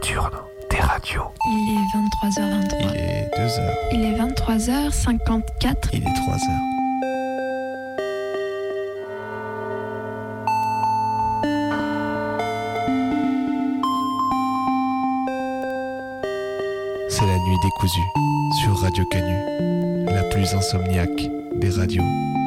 nocturne des radios. Il est 23h23. Il est 2h. Il est 23h54. Il est 3h. C'est la nuit décousue sur Radio Canu, la plus insomniaque des radios.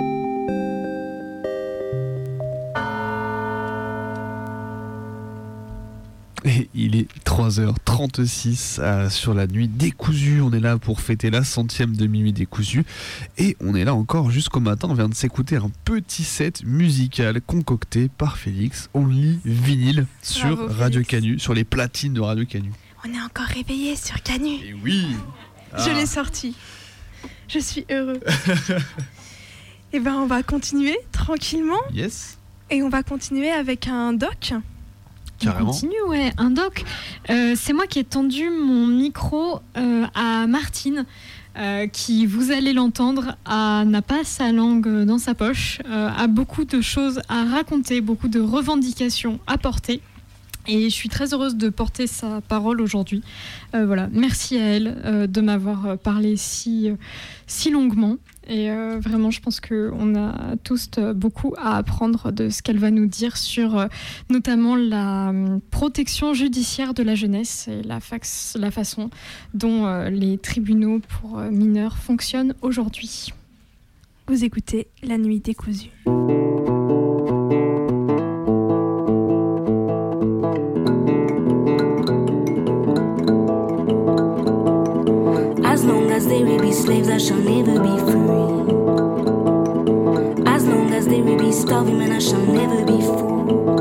Et il est 3h36 sur la nuit décousue. On est là pour fêter la 100e de Minuit décousu. Et on est là encore jusqu'au matin. On vient de s'écouter un petit set musical concocté par Félix. Only vinyle sur Bravo, Radio Félix. Canu, sur les platines de Radio Canu. On est encore réveillés sur Canu. Et oui Je l'ai sorti. Je suis heureux. Et ben on va continuer tranquillement. Yes, Et on va continuer avec un doc. carrément. On continue, ouais, un doc. C'est moi qui ai tendu mon micro à Martine, qui, vous allez l'entendre, n'a pas sa langue dans sa poche, a beaucoup de choses à raconter, beaucoup de revendications à porter. Et je suis très heureuse de porter sa parole aujourd'hui. Voilà, merci à elle de m'avoir parlé si longuement. Et vraiment, je pense qu'on a tous beaucoup à apprendre de ce qu'elle va nous dire sur notamment la protection judiciaire de la jeunesse et la façon dont les tribunaux pour mineurs fonctionnent aujourd'hui. Vous écoutez La Nuit décousue. As long as they will be slaves, I shall never be free. As long as they will be starving, man, I shall never be free.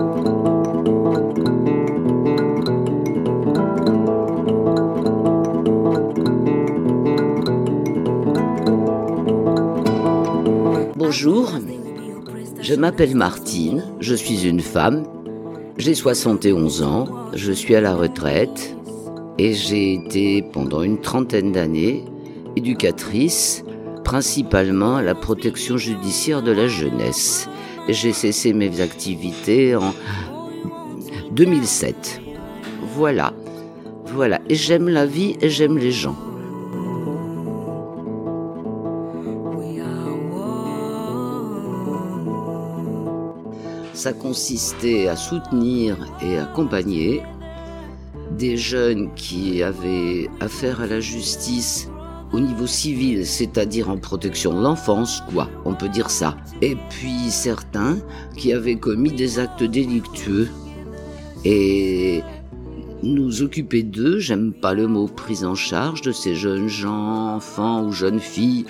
Bonjour, je m'appelle Martine, je suis une femme, j'ai 71 ans, je suis à la retraite et j'ai été pendant une trentaine d'années éducatrice, principalement à la protection judiciaire de la jeunesse. J'ai cessé mes activités en 2007. Voilà, et j'aime la vie et j'aime les gens. Ça consistait à soutenir et accompagner des jeunes qui avaient affaire à la justice au niveau civil, c'est-à-dire en protection de l'enfance, quoi, on peut dire ça. Et puis certains qui avaient commis des actes délictueux. Et nous occuper d'eux, j'aime pas le mot prise en charge de ces jeunes gens, enfants ou jeunes filles.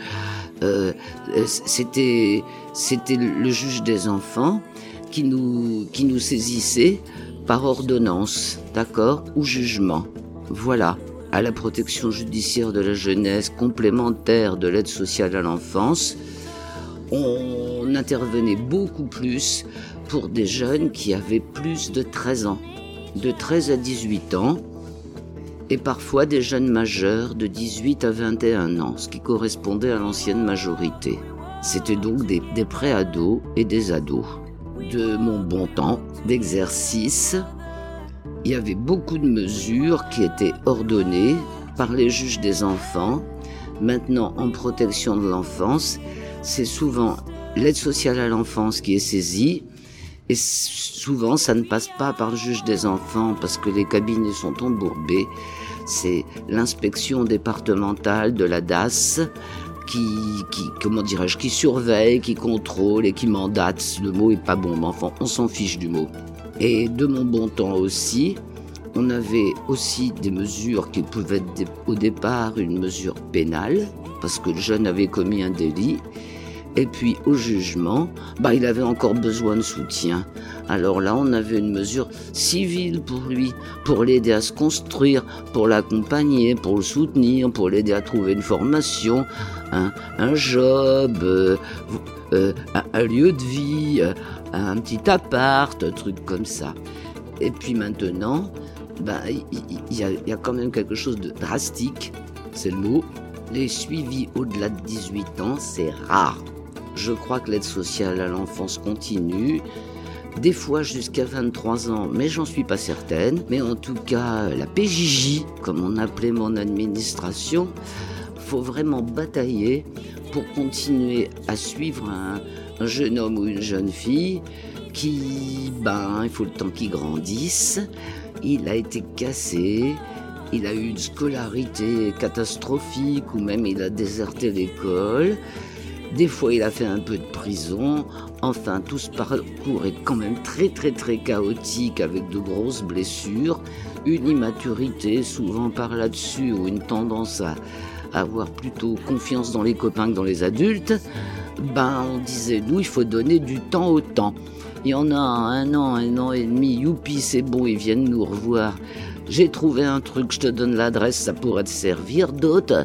C'était le juge des enfants qui nous saisissait par ordonnance, d'accord, ou jugement. Voilà, à la protection judiciaire de la jeunesse, complémentaire de l'aide sociale à l'enfance, on intervenait beaucoup plus pour des jeunes qui avaient plus de 13 ans, de 13 à 18 ans, et parfois des jeunes majeurs de 18 à 21 ans, ce qui correspondait à l'ancienne majorité. C'était donc des pré-ados et des ados. De mon bon temps d'exercice, il y avait beaucoup de mesures qui étaient ordonnées par les juges des enfants. Maintenant, en protection de l'enfance, c'est souvent l'aide sociale à l'enfance qui est saisie. Et souvent, ça ne passe pas par le juge des enfants parce que les cabinets sont embourbés. C'est l'inspection départementale de la DAS qui surveille, qui contrôle et qui mandate. Le mot est pas bon, mais enfin, on s'en fiche du mot. Et de mon bon temps aussi, on avait aussi des mesures qui pouvaient être au départ une mesure pénale, parce que le jeune avait commis un délit. Et puis au jugement, il avait encore besoin de soutien. Alors là, on avait une mesure civile pour lui, pour l'aider à se construire, pour l'accompagner, pour le soutenir, pour l'aider à trouver une formation, un job, un lieu de vie, un petit appart, un truc comme ça. Et puis maintenant, il y a quand même quelque chose de drastique, c'est le mot. Les suivis au-delà de 18 ans, c'est rare. Je crois que l'aide sociale à l'enfance continue, des fois jusqu'à 23 ans, mais j'en suis pas certaine. Mais en tout cas, la PJJ, comme on appelait mon administration, faut vraiment batailler pour continuer à suivre un jeune homme ou une jeune fille qui, il faut le temps qu'il grandisse. Il a été cassé, il a eu une scolarité catastrophique ou même il a déserté l'école. Des fois, il a fait un peu de prison. Enfin, tout ce parcours est quand même très, très, très chaotique avec de grosses blessures, une immaturité souvent par là-dessus ou une tendance à avoir plutôt confiance dans les copains que dans les adultes. On disait, nous, il faut donner du temps au temps. Il y en a 1 an et demi, youpi, c'est bon, ils viennent nous revoir. J'ai trouvé un truc, je te donne l'adresse, ça pourrait te servir. D'autres,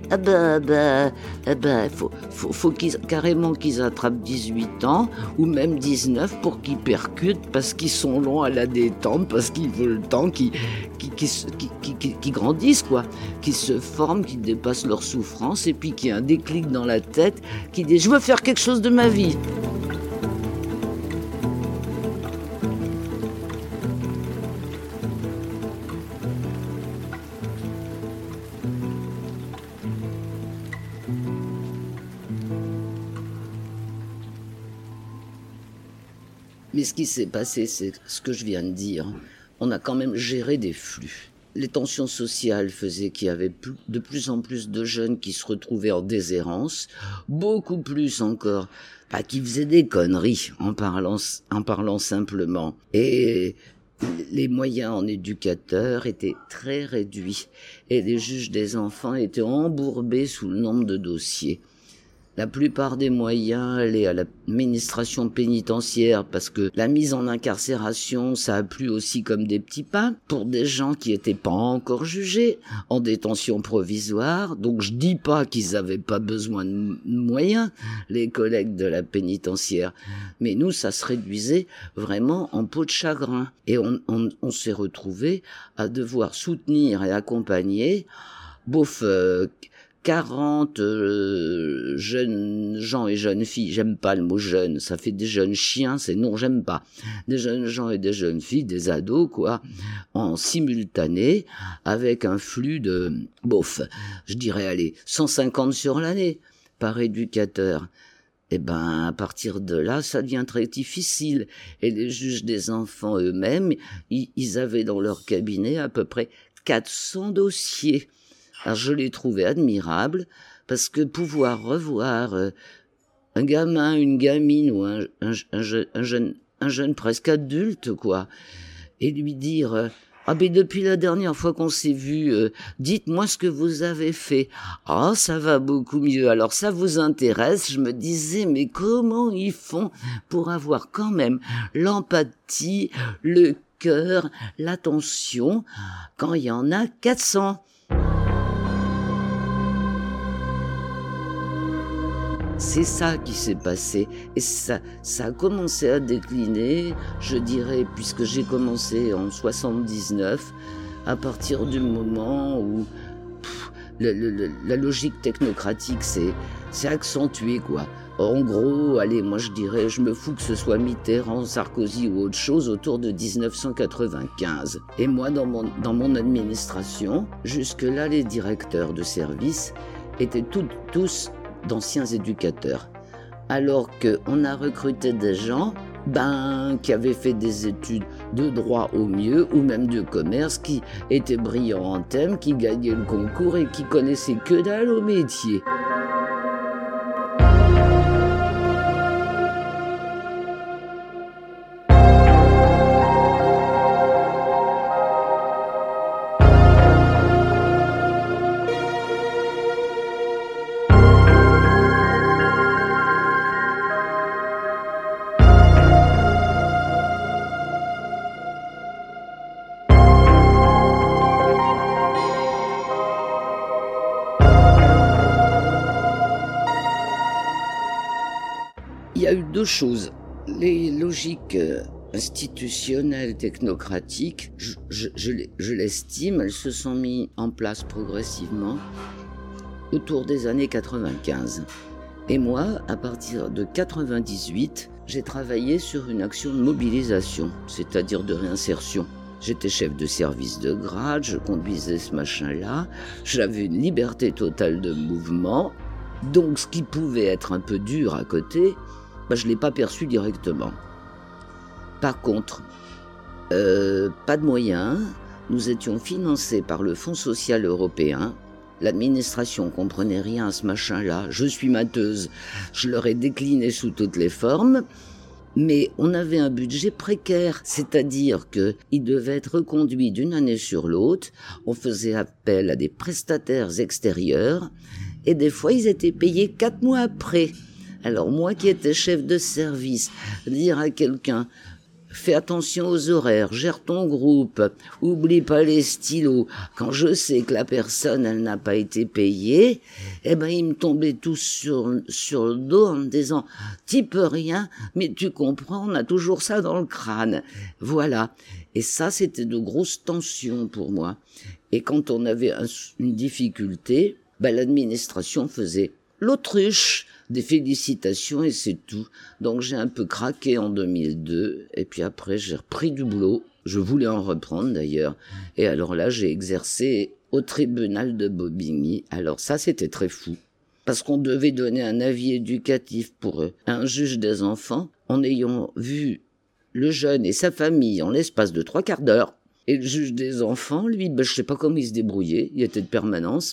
faut carrément qu'ils attrapent 18 ans ou même 19 pour qu'ils percutent parce qu'ils sont longs à la détente, parce qu'il faut le temps qu'ils grandissent, quoi, qu'ils se forment, qu'ils dépassent leur souffrance et puis qu'il y ait un déclic dans la tête qui dit « je veux faire quelque chose de ma vie ». Mais ce qui s'est passé, c'est ce que je viens de dire. On a quand même géré des flux. Les tensions sociales faisaient qu'il y avait de plus en plus de jeunes qui se retrouvaient en déshérence, beaucoup plus encore, qui faisaient des conneries en parlant simplement. Et les moyens en éducateurs étaient très réduits et les juges des enfants étaient embourbés sous le nombre de dossiers. La plupart des moyens allaient à l'administration pénitentiaire parce que la mise en incarcération, ça a plu aussi comme des petits pains pour des gens qui étaient pas encore jugés en détention provisoire. Donc je dis pas qu'ils avaient pas besoin de moyens, les collègues de la pénitentiaire. Mais nous, ça se réduisait vraiment en peau de chagrin. Et on s'est retrouvés à devoir soutenir et accompagner, 40 jeunes gens et jeunes filles, j'aime pas le mot jeune, ça fait des jeunes chiens, j'aime pas. Des jeunes gens et des jeunes filles, des ados, quoi, en simultané, avec un flux de, je dirais, 150 sur l'année, par éducateur. À partir de là, ça devient très difficile. Et les juges des enfants eux-mêmes, ils avaient dans leur cabinet à peu près 400 dossiers. Alors je l'ai trouvé admirable parce que pouvoir revoir un gamin, une gamine ou un jeune presque adulte, quoi, et lui dire depuis la dernière fois qu'on s'est vu, dites-moi ce que vous avez fait. Ça va beaucoup mieux. Alors ça vous intéresse? Je me disais, mais comment ils font pour avoir quand même l'empathie, le cœur, l'attention quand il y en a 400? C'est ça qui s'est passé et ça a commencé à décliner, je dirais, puisque j'ai commencé en 79, à partir du moment où la logique technocratique s'est accentuée, quoi. En gros, moi je dirais, je me fous que ce soit Mitterrand, Sarkozy ou autre chose autour de 1995. Et moi, dans mon administration, jusque-là, les directeurs de service étaient tous d'anciens éducateurs, alors qu'on a recruté des gens qui avaient fait des études de droit au mieux ou même de commerce, qui étaient brillants en thème, qui gagnaient le concours et qui connaissaient que dalle au métier. Il y a eu deux choses. Les logiques institutionnelles, technocratiques, je l'estime, elles se sont mises en place progressivement autour des années 95. Et moi, à partir de 98, j'ai travaillé sur une action de mobilisation, c'est-à-dire de réinsertion. J'étais chef de service de grade, je conduisais ce machin-là, j'avais une liberté totale de mouvement, donc ce qui pouvait être un peu dur à côté, je ne l'ai pas perçu directement. Par contre, pas de moyens, nous étions financés par le Fonds social européen. L'administration comprenait rien à ce machin-là, je suis mateuse, je leur ai décliné sous toutes les formes, mais on avait un budget précaire, c'est-à-dire qu'il devait être reconduit d'une année sur l'autre, on faisait appel à des prestataires extérieurs, et des fois ils étaient payés 4 mois après. Alors moi qui étais chef de service, dire à quelqu'un « fais attention aux horaires, gère ton groupe, oublie pas les stylos », quand je sais que la personne elle n'a pas été payée, ils me tombaient tous sur le dos en me disant « t'y peux rien, mais tu comprends, on a toujours ça dans le crâne ». Voilà. Et ça, c'était de grosses tensions pour moi. Et quand on avait une difficulté, l'administration faisait l'autruche, des félicitations et c'est tout. Donc j'ai un peu craqué en 2002 et puis après j'ai repris du boulot. Je voulais en reprendre d'ailleurs. Et alors là j'ai exercé au tribunal de Bobigny. Alors ça c'était très fou. Parce qu'on devait donner un avis éducatif pour un juge des enfants en ayant vu le jeune et sa famille en l'espace de 3 quarts d'heure. Et le juge des enfants, lui, je sais pas comment il se débrouillait, il était de permanence.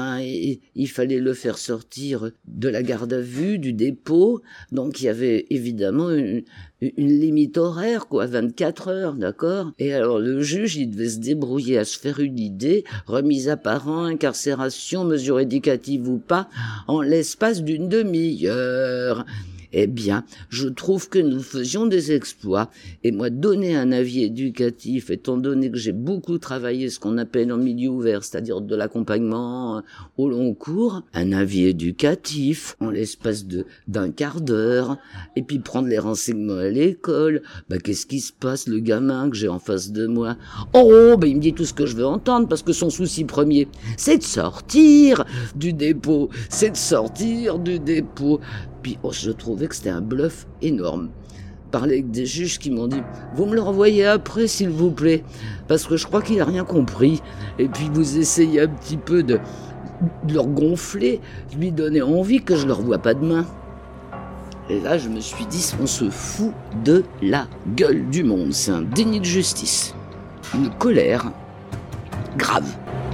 Il fallait le faire sortir de la garde à vue, du dépôt. Donc il y avait évidemment une limite horaire, 24 heures, d'accord? Et alors le juge, il devait se débrouiller à se faire une idée, remise à parents, incarcération, mesure éducative ou pas, en l'espace d'une demi-heure. Eh bien, je trouve que nous faisions des exploits. Et moi, donner un avis éducatif, étant donné que j'ai beaucoup travaillé ce qu'on appelle en milieu ouvert, c'est-à-dire de l'accompagnement au long cours, un avis éducatif en l'espace d'un quart d'heure, et puis prendre les renseignements à l'école. Qu'est-ce qui se passe, le gamin que j'ai en face de moi? Il me dit tout ce que je veux entendre, parce que son souci premier, c'est de sortir du dépôt. Puis je trouvais que c'était un bluff énorme. Parler avec des juges qui m'ont dit « Vous me le renvoyez après, s'il vous plaît, parce que je crois qu'il n'a rien compris. » Et puis vous essayez un petit peu de leur gonfler, de lui donner envie que je ne le revoie pas demain. Et là, je me suis dit « On se fout de la gueule du monde. C'est un déni de justice. Une colère grave. »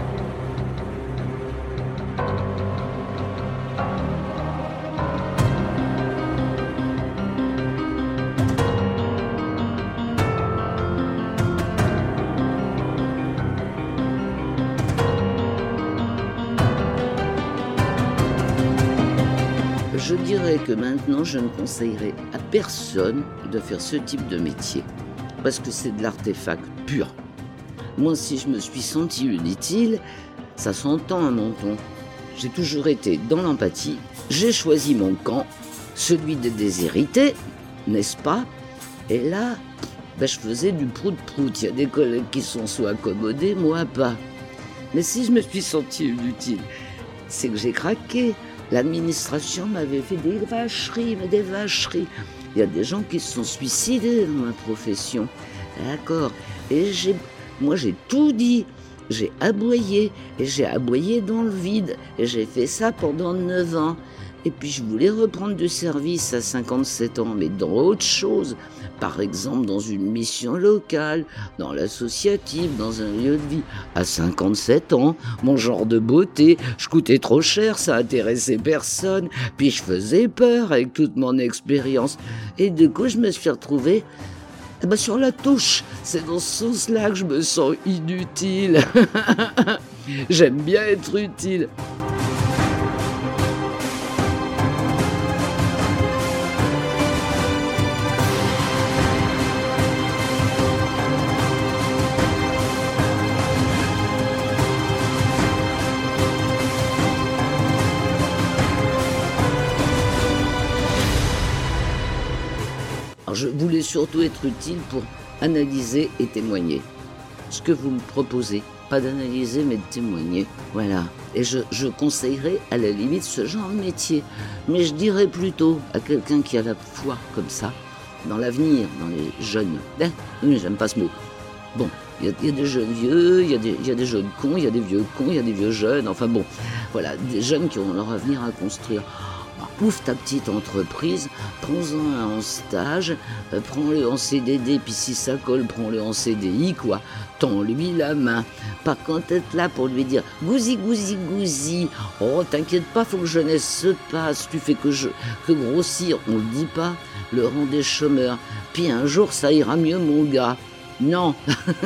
Je dirais que maintenant, je ne conseillerais à personne de faire ce type de métier, parce que c'est de l'artefact pur. Moi, si je me suis senti inutile, ça s'entend à mon ton. J'ai toujours été dans l'empathie, j'ai choisi mon camp, celui des déshérités, n'est-ce pas? Et là, je faisais du prout-prout. Il y a des collègues qui sont soit accommodés, moi pas. Mais si je me suis senti inutile, c'est que j'ai craqué. L'administration m'avait fait des vacheries, mais des vacheries. Il y a des gens qui se sont suicidés dans ma profession. D'accord. Et moi, j'ai tout dit. J'ai aboyé. Et j'ai aboyé dans le vide. Et j'ai fait ça pendant 9 ans. Et puis, je voulais reprendre du service à 57 ans, mais dans autre chose. Par exemple, dans une mission locale, dans l'associatif, dans un lieu de vie. À 57 ans, mon genre de beauté, je coûtais trop cher, ça intéressait personne. Puis je faisais peur avec toute mon expérience. Et du coup, je me suis retrouvé sur la touche. C'est dans ce sens-là que je me sens inutile. J'aime bien être utile. Je voulais surtout être utile pour analyser et témoigner. Ce que vous me proposez, Pas d'analyser, mais de témoigner. Voilà. Et je conseillerais à la limite ce genre de métier. Mais je dirais plutôt à quelqu'un qui a la foi comme ça, dans l'avenir, dans les jeunes. Oui, j'aime pas ce mot. Bon, il y a des jeunes vieux, il y a des jeunes cons, il y a des vieux cons, il y a des vieux jeunes. Enfin bon, voilà, des jeunes qui ont leur avenir à construire. Ouvre ta petite entreprise, prends-en un en stage, prends-le en CDD, puis si ça colle, prends-le en CDI, quoi. Tends-lui la main. Pas quand être là pour lui dire « Gousi, gousi, gousi, oh, t'inquiète pas, faut que jeunesse se passe, tu fais que grossir, on le dit pas, le rang des chômeurs. Puis un jour, ça ira mieux, mon gars. » Non.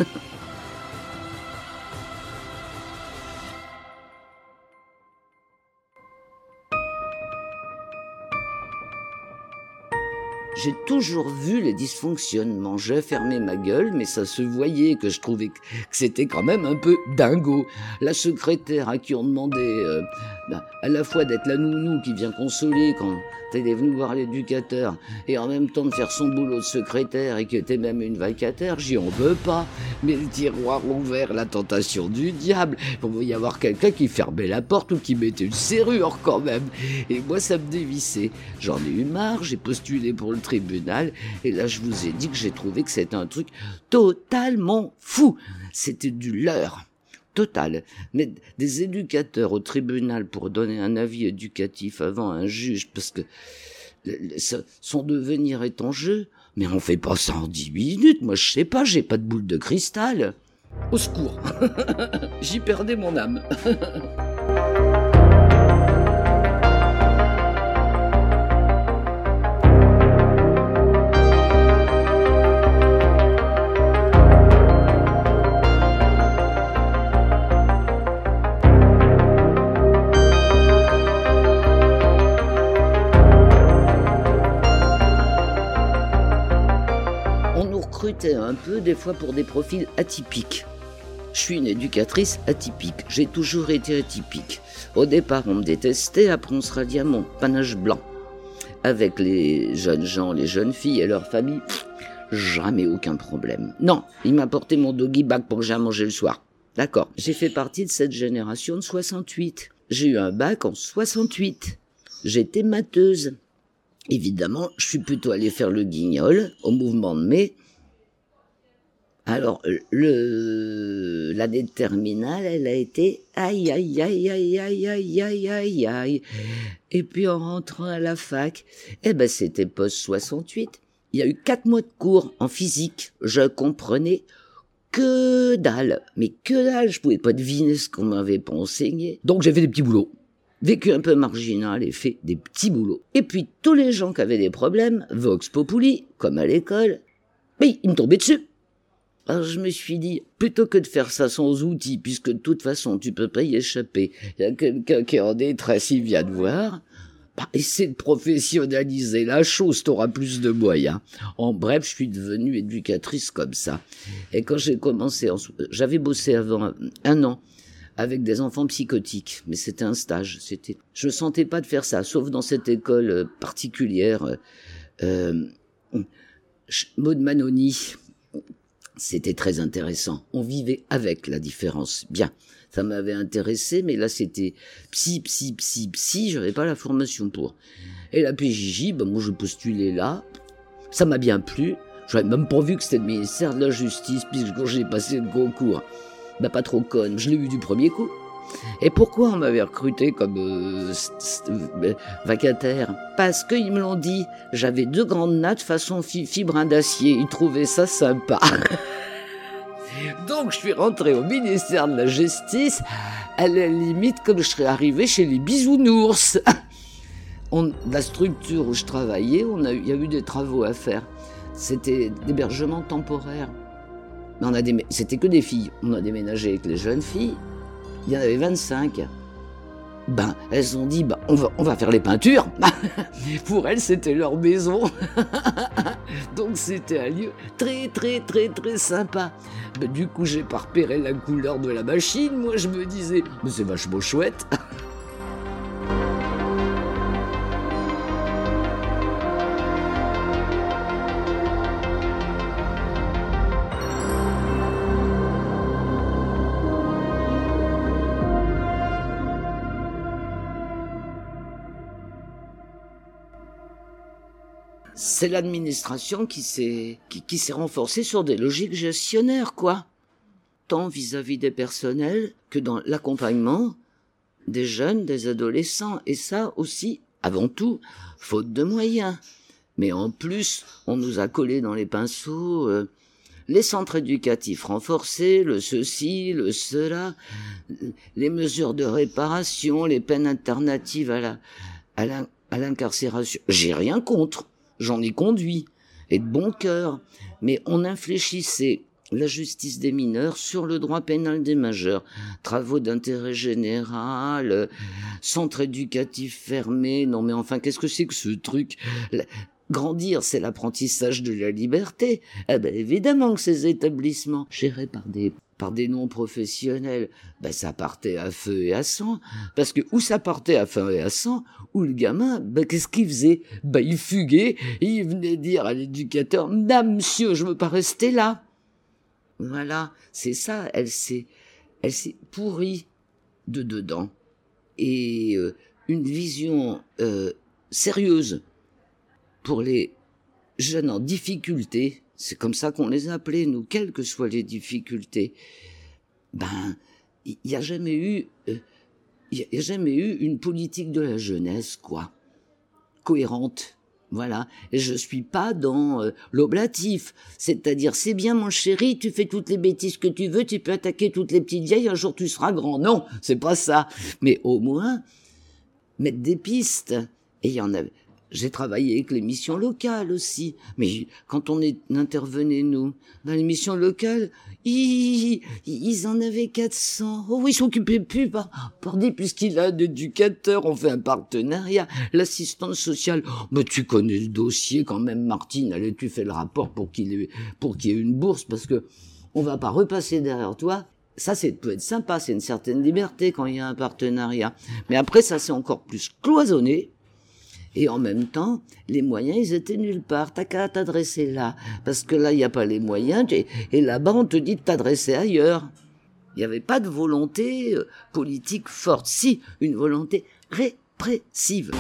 J'ai toujours vu les dysfonctionnements. J'ai fermé ma gueule, mais ça se voyait que je trouvais que c'était quand même un peu dingo. La secrétaire à qui on demandait à la fois d'être la nounou qui vient consoler quand elle est venue voir l'éducateur et en même temps de faire son boulot de secrétaire et qui était même une vacataire, j'y en veux pas. Mais le tiroir ouvert, la tentation du diable. Il pouvait y avoir quelqu'un qui fermait la porte ou qui mettait une serrure quand même. Et moi, ça me dévissait. J'en ai eu marre, j'ai postulé pour le tribunal et là, je vous ai dit que j'ai trouvé que c'était un truc totalement fou. C'était du leurre. Total. Mais des éducateurs au tribunal pour donner un avis éducatif avant un juge, parce que son devenir est en jeu, mais on fait pas ça en 10 minutes. Moi, je sais pas, j'ai pas de boule de cristal. Au secours. J'y perdais mon âme. Un peu des fois pour des profils atypiques. Je suis une éducatrice atypique, j'ai toujours été atypique. Au départ on me détestait, après on se ralliait à mon panache blanc. Avec les jeunes gens, les jeunes filles et leurs familles, jamais aucun problème. Non, il m'a apporté mon doggy bag pour que j'aille manger le soir. D'accord, j'ai fait partie de cette génération de 68. J'ai eu un bac en 68. J'étais matheuse. Évidemment, je suis plutôt allé faire le guignol au mouvement de mai. Alors, l'année de terminale, elle a été aïe, aïe, aïe, aïe, aïe, aïe, aïe, aïe, aïe. Et puis en rentrant à la fac, c'était post-68. Il y a eu 4 mois de cours en physique. Je comprenais que dalle. Mais que dalle, je pouvais pas deviner ce qu'on m'avait pas enseigné. Donc j'ai fait des petits boulots. Vécu un peu marginal et fait des petits boulots. Et puis tous les gens qui avaient des problèmes, Vox Populi, comme à l'école, mais ils me tombaient dessus. Alors je me suis dit, plutôt que de faire ça sans outils, puisque de toute façon tu peux pas y échapper, il y a quelqu'un qui est en détresse, il vient te voir, essaie de professionnaliser la chose, t'auras plus de moyens. En bref, je suis devenue éducatrice comme ça. Et quand j'ai commencé, j'avais bossé avant 1 an avec des enfants psychotiques, mais c'était un stage. Je ne sentais pas de faire ça, sauf dans cette école particulière, Maud Manoni. C'était très intéressant. On vivait avec la différence. Bien, ça m'avait intéressé, mais là c'était psy, j'avais pas la formation pour. Et la PJJ, moi je postulais là, ça m'a bien plu. J'avais même pas vu que c'était le ministère de la Justice, puisque quand j'ai passé le concours, pas trop conne, je l'ai eu du premier coup. Et pourquoi on m'avait recruté comme vacataire? Parce qu'ils me l'ont dit, j'avais 2 grandes nattes façon fibrin d'acier, ils trouvaient ça sympa. Donc je suis rentré au ministère de la Justice, à la limite comme je serais arrivé chez les bisounours. La structure où je travaillais, il y a eu des travaux à faire. C'était l'hébergement temporaire. C'était que des filles. On a déménagé avec les jeunes filles. Il y en avait 25. Elles ont dit, on va faire les peintures. Pour elles, c'était leur maison. Donc c'était un lieu très, très, très, très sympa. Du coup, j'ai pas repéré la couleur de la machine. Moi, je me disais, mais c'est vachement chouette. c'est l'administration qui s'est renforcée sur des logiques gestionnaires, quoi. Tant vis-à-vis des personnels que dans l'accompagnement des jeunes, des adolescents. Et ça aussi, avant tout, faute de moyens. Mais en plus, on nous a collé dans les pinceaux les centres éducatifs renforcés, le ceci, le cela, les mesures de réparation, les peines alternatives à l'incarcération. J'ai rien contre, j'en ai conduit, et de bon cœur. Mais on infléchissait la justice des mineurs sur le droit pénal des majeurs. Travaux d'intérêt général, centre éducatif fermé. Non mais enfin, qu'est-ce que c'est que ce truc ? Grandir, c'est l'apprentissage de la liberté. Eh ben, évidemment que ces établissements, gérés par des non-professionnels, ben, ça partait à feu et à sang. Parce que, où ça partait à feu et à sang, où le gamin, ben, qu'est-ce qu'il faisait? Ben, il fuguait, et il venait dire à l'éducateur, Madame, monsieur, je veux pas rester là. Voilà. C'est ça, elle s'est pourrie de dedans. Et, une vision, sérieuse pour les jeunes en difficulté, c'est comme ça qu'on les appelait, nous, quelles que soient les difficultés, ben, il n'y a jamais eu une politique de la jeunesse, quoi, cohérente, voilà. Et je suis pas dans l'oblatif, c'est-à-dire, c'est bien mon chéri, tu fais toutes les bêtises que tu veux, tu peux attaquer toutes les petites vieilles, un jour tu seras grand. Non, c'est pas ça. Mais au moins, mettre des pistes, et il y en avait. J'ai travaillé avec les missions locales aussi. Mais quand on intervenait, nous, dans les missions locales, ils en avaient 400. Oh oui, ils s'occupaient plus, pardi, puisqu'il a d'éducateurs, on fait un partenariat. L'assistante sociale, mais tu connais le dossier quand même, Martine, allez, tu fais le rapport pour qu'il y ait une bourse, parce que on va pas repasser derrière toi. Ça, peut être sympa, c'est une certaine liberté quand il y a un partenariat. Mais après, ça, c'est encore plus cloisonné. Et en même temps, les moyens, ils étaient nulle part. T'as qu'à t'adresser là. Parce que là, il n'y a pas les moyens. Et là-bas, on te dit de t'adresser ailleurs. Il n'y avait pas de volonté politique forte. Si, une volonté répressive.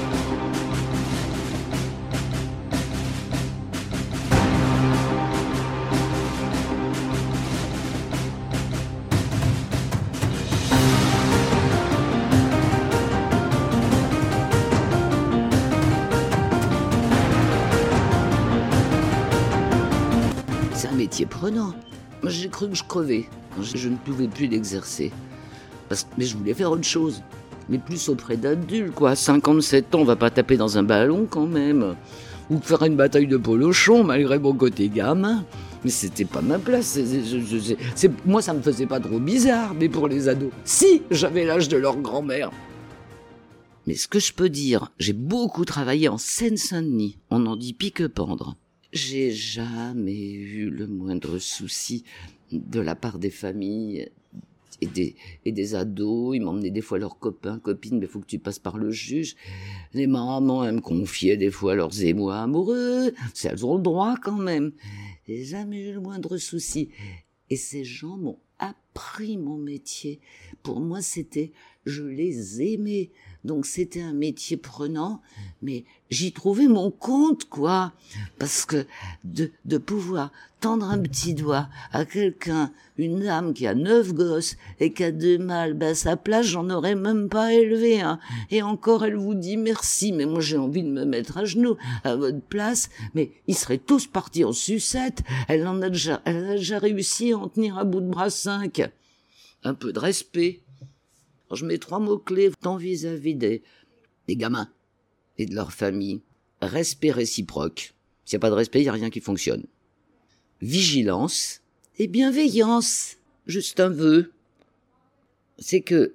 Métier prenant. Moi, j'ai cru que je crevais quand je ne pouvais plus l'exercer. Mais je voulais faire autre chose. Mais plus auprès d'adultes, quoi. 57 ans, on va pas taper dans un ballon quand même. Ou faire une bataille de polochon, malgré mon côté gamin. Mais c'était pas ma place. Moi, ça me faisait pas trop bizarre, mais pour les ados, si j'avais l'âge de leur grand-mère. Mais ce que je peux dire, j'ai beaucoup travaillé en Seine-Saint-Denis. On en dit pique-pendre. J'ai jamais eu le moindre souci de la part des familles et des ados. Ils m'emmenaient des fois leurs copains, copines, mais il faut que tu passes par le juge. Les mamans, elles me confiaient des fois leurs émois amoureux. Elles ont le droit quand même. J'ai jamais eu le moindre souci. Et ces gens m'ont appris mon métier. Pour moi, je les aimais. Donc c'était un métier prenant, mais j'y trouvais mon compte, quoi. Parce que de pouvoir tendre un petit doigt à quelqu'un, une dame qui a 9 gosses et qui a 2 mâles, ben à sa place, j'en aurais même pas élevé, hein. Et encore, elle vous dit merci, mais moi j'ai envie de me mettre à genoux à votre place, mais ils seraient tous partis en sucette. Elle a déjà réussi à en tenir à bout de bras 5. Un peu de respect. Alors, je mets 3 mots-clés, tant vis-à-vis des gamins et de leur famille. Respect réciproque. S'il n'y a pas de respect, il n'y a rien qui fonctionne. Vigilance et bienveillance. Juste un vœu. C'est que,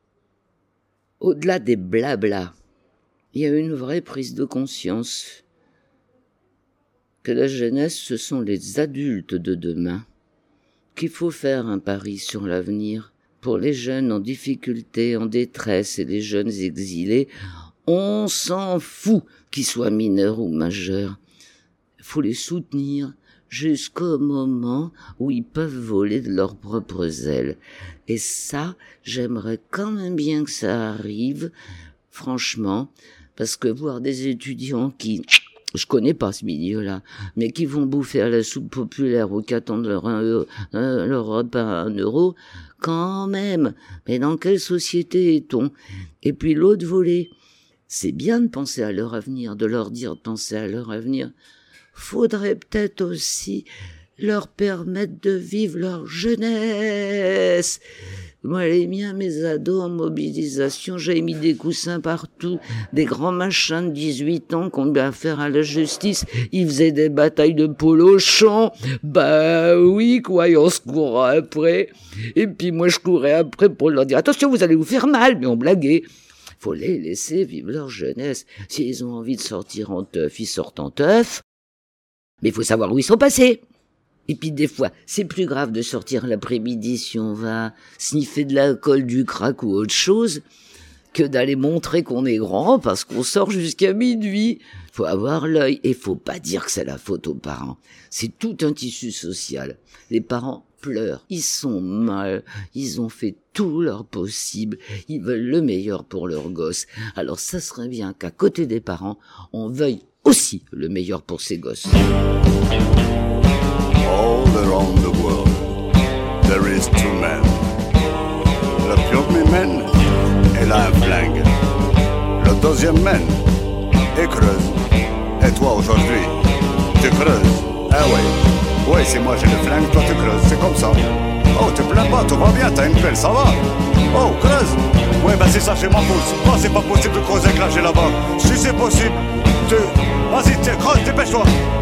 au-delà des blablas, il y a une vraie prise de conscience que la jeunesse, ce sont les adultes de demain, qu'il faut faire un pari sur l'avenir. Pour les jeunes en difficulté, en détresse et les jeunes exilés, on s'en fout qu'ils soient mineurs ou majeurs. Il faut les soutenir jusqu'au moment où ils peuvent voler de leurs propres ailes. Et ça, j'aimerais quand même bien que ça arrive, franchement, parce que voir des étudiants qui je connais pas ce milieu-là, mais qui vont bouffer à la soupe populaire ou qui attendent leur repas à 1 euro, quand même. Mais dans quelle société est-on? Et puis l'autre volet, c'est bien de penser à leur avenir, de leur dire de penser à leur avenir. Faudrait peut-être aussi leur permettre de vivre leur jeunesse. Moi, les miens, mes ados en mobilisation, j'avais mis des coussins partout, des grands machins de 18 ans qu'on devait faire à la justice. Ils faisaient des batailles de polochon. Bah oui, quoi, et on se courait après. Et puis moi, je courais après pour leur dire « Attention, vous allez vous faire mal !» Mais on blaguait. Faut les laisser vivre leur jeunesse. S'ils ont envie de sortir en teuf, ils sortent en teuf. Mais il faut savoir où ils sont passés. Et puis des fois, c'est plus grave de sortir l'après-midi si on va sniffer de l'alcool, du crack ou autre chose, que d'aller montrer qu'on est grand parce qu'on sort jusqu'à minuit. Faut avoir l'œil et faut pas dire que c'est la faute aux parents. C'est tout un tissu social. Les parents pleurent, ils sont mal, ils ont fait tout leur possible, ils veulent le meilleur pour leurs gosses. Alors ça serait bien qu'à côté des parents, on veuille aussi le meilleur pour ses gosses. All around the world, there is 2 men. Le premier man, il a un flingue. Le deuxième man, il creuse. Et toi aujourd'hui, tu creuses. Ah ouais, ouais, c'est moi j'ai le flingue, toi tu creuses, c'est comme ça. Oh, te plains pas, tout va bien, t'as une pelle, ça va. Oh, creuse. Ouais, bah c'est ça, j'ai ma pousse. Oh, c'est pas possible de creuser que là j'ai là-bas. Si c'est possible, vas-y, creuse, dépêche-toi.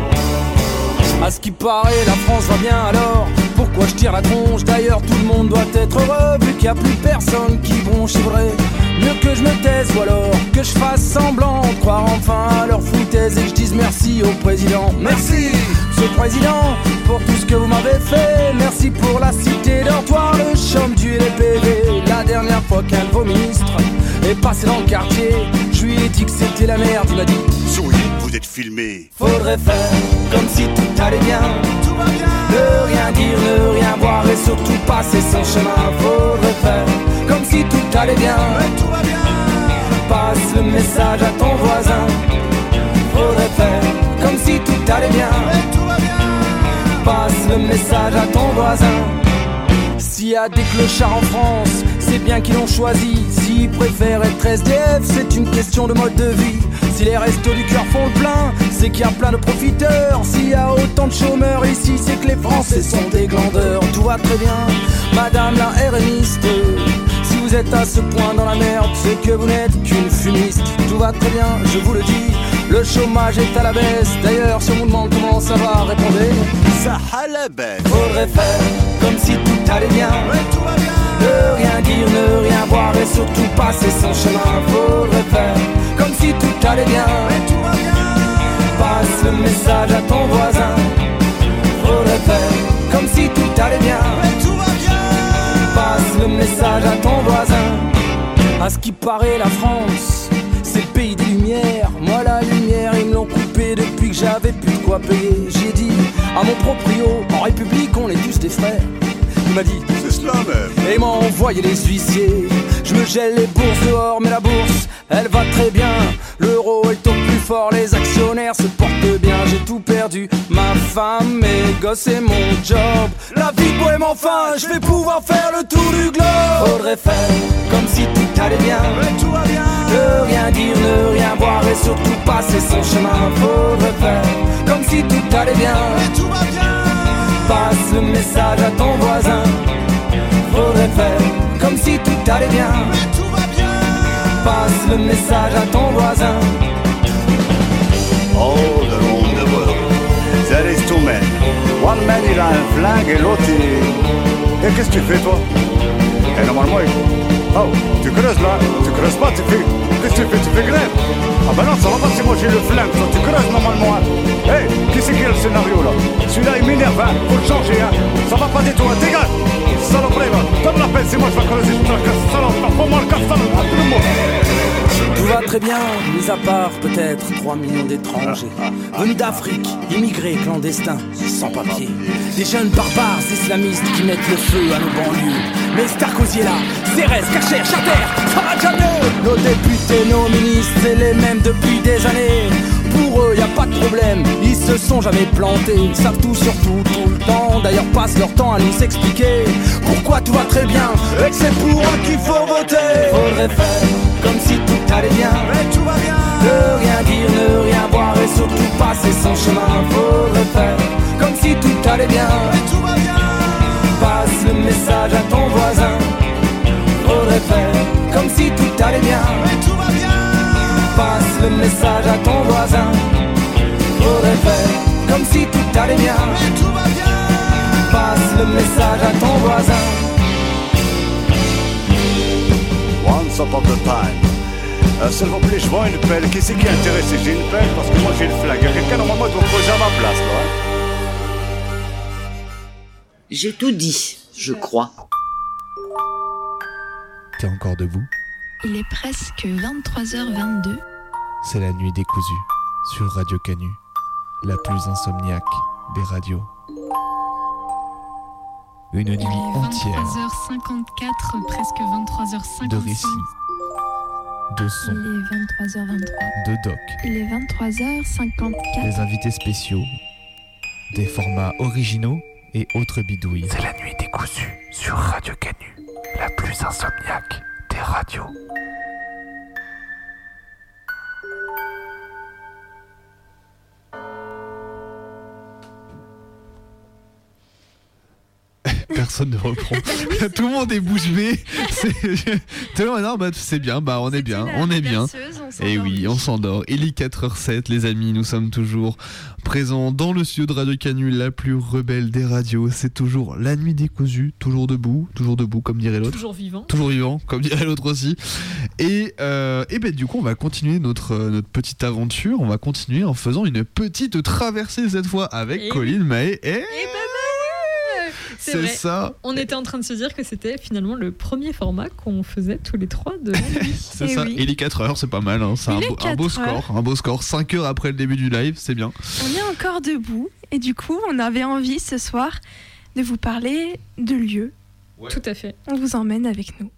À ce qui paraît, la France va bien alors. Pourquoi je tire la tronche? D'ailleurs, tout le monde doit être heureux, vu qu'il n'y a plus personne qui bronche. Vrai. Mieux que je me taise ou alors que je fasse semblant de croire enfin à leur foutaise et que je dise merci au président. Merci, monsieur le président, pour tout ce que vous m'avez fait. Merci pour la cité dortoir, le chôme du LPV. La dernière fois qu'un de vos ministres est passé dans le quartier, je lui ai dit que c'était la merde. Il m'a dit souriez, vous êtes filmé. Faudrait faire comme si tout allait bien. Tout va bien. Ne rien dire, ne rien voir et surtout passer son chemin. Faudrait faire comme si tout allait bien. Mais tout va bien. Passe le message à ton voisin. Faudrait faire comme si tout allait bien. Mais tout va bien. Passe le message à ton voisin. S'il y a des clochards en France, c'est bien qu'ils l'ont choisi. S'ils préfèrent être SDF, c'est une question de mode de vie. Si les restos du cœur font le plein, c'est qu'il y a plein de profiteurs. S'il y a autant de chômeurs ici, c'est que les Français sont des glandeurs. Tout va très bien, madame la RMiste. Si vous êtes à ce point dans la merde, c'est que vous n'êtes qu'une fumiste. Tout va très bien, je vous le dis, le chômage est à la baisse. D'ailleurs, si on vous demande comment ça va, répondez ça à la baisse. Faudrait faire comme si tout allait bien. Mais tout va bien. Ne rien dire, ne rien voir et surtout passer son chemin. Faudrait faire comme si tout allait bien. Mais tout va bien. Passe le message à ton voisin. Faudrait faire comme si tout allait bien. Mais tout va bien. Passe le message à ton voisin. À ce qui paraît, la France, c'est le pays des lumières. Moi la lumière, ils me l'ont coupée depuis que j'avais plus de quoi payer. J'ai dit à mon proprio, en République on est tous des frères. Il m'a dit c'est cela même. Et m'a envoyé les huissiers. Je me gèle les bourses dehors, mais la bourse, elle va très bien. L'euro est au plus fort, les actionnaires se portent bien. J'ai tout perdu, ma femme, mes gosses et mon job. La vie de bohème enfin, je vais pouvoir faire le tour du globe. Faudrait faire comme si tout allait bien. Mais tout va bien. Ne rien dire, ne rien voir et surtout passer son chemin. Faudrait faire comme si tout allait bien. Mais tout va bien. Passe le message à ton voisin. Faudrait faire comme si tout allait bien. Mais tout va bien. Passe le message à ton voisin. All around the world, there is 2 men. One man il a un flingue et l'autre il... Et qu'est-ce que tu fais toi? Et normalement il... Oh, tu creuses là, tu creuses pas, tu fais... Qu'est-ce que tu fais? Tu fais grève? Ah bah non, ça va pas si moi j'ai le flingue, toi tu creuses normalement. Hey, qui c'est qui a le scénario là? Celui-là il m'énerve, hein, faut le changer, hein. Ça va pas du tout, hein, dégage. Saloperie, va, donne la peine, c'est moi je vais creuser, je te la casse, salope, fais-moi le casse, salope, à tout le monde. Tout va très bien, mis à part peut-être 3 millions d'étrangers venus d'Afrique, immigrés clandestins, sans papier. Des jeunes barbares islamistes qui mettent le feu à nos banlieues. Mais Sarkozy est là, Cérès, Cacher, Chater, ça va jamais. Nos députés, nos ministres, c'est les mêmes depuis des années. pour eux, y a pas de problème. Ils se sont jamais plantés, ils savent tout sur tout, tout le temps. D'ailleurs passent leur temps à nous expliquer pourquoi tout va très bien et que c'est pour eux qu'il faut voter. Faudrait faire comme si tout allait bien, mais tout va bien. Ne rien dire, ne rien voir et surtout passer son chemin. Faudrait faire comme si tout allait bien, mais tout va bien. Passe le message à ton voisin. Faudrait faire comme si tout allait bien, mais tout va bien. Passe le message à ton voisin. Faudrait faire comme si tout allait bien, mais tout va bien. Passe le message à ton voisin. Once upon a time. S'il vous plaît, je vois une pelle. Qui c'est qui est intéressé? J'ai une pelle parce que moi j'ai le flingue. Il y a quelqu'un normalement doit poser à ma place, là. J'ai tout dit, je crois. T'es encore debout? Il est presque 23h22. C'est la nuit décousue sur Radio Canu, la plus insomniaque des radios. Une nuit entière 23h54, presque 23h55. de récits, de sons, Il est 23h23. de docs, Il est 23h54. des invités spéciaux, des formats originaux et autres bidouilles. C'est la nuit décousue sur Radio Canu, la plus insomniaque des radios. Personne ne reprend. Tout le monde est bouche bée. Non, bah, c'est bien, bah, on est bien, on est bien. Et oui, on s'endort. Il est 4h07, les amis, nous sommes toujours présents dans le studio de Radio Canu, la plus rebelle des radios. C'est toujours la nuit décousue, toujours debout, comme dirait l'autre. Toujours vivant. Toujours vivant, comme dirait l'autre aussi. Et ben, du coup, on va continuer notre petite aventure. On va continuer en faisant une petite traversée cette fois avec Colline, Maë et C'est vrai. Ça. On était en train de se dire que c'était finalement le premier format qu'on faisait tous les trois de la nuit. C'est ça. Oui. Il est 4h, c'est pas mal. Hein. C'est un beau score. Un beau score. 5 heures après le début du live, c'est bien. On est encore debout. Et du coup, on avait envie ce soir de vous parler de lieux. Ouais. Tout à fait. On vous emmène avec nous.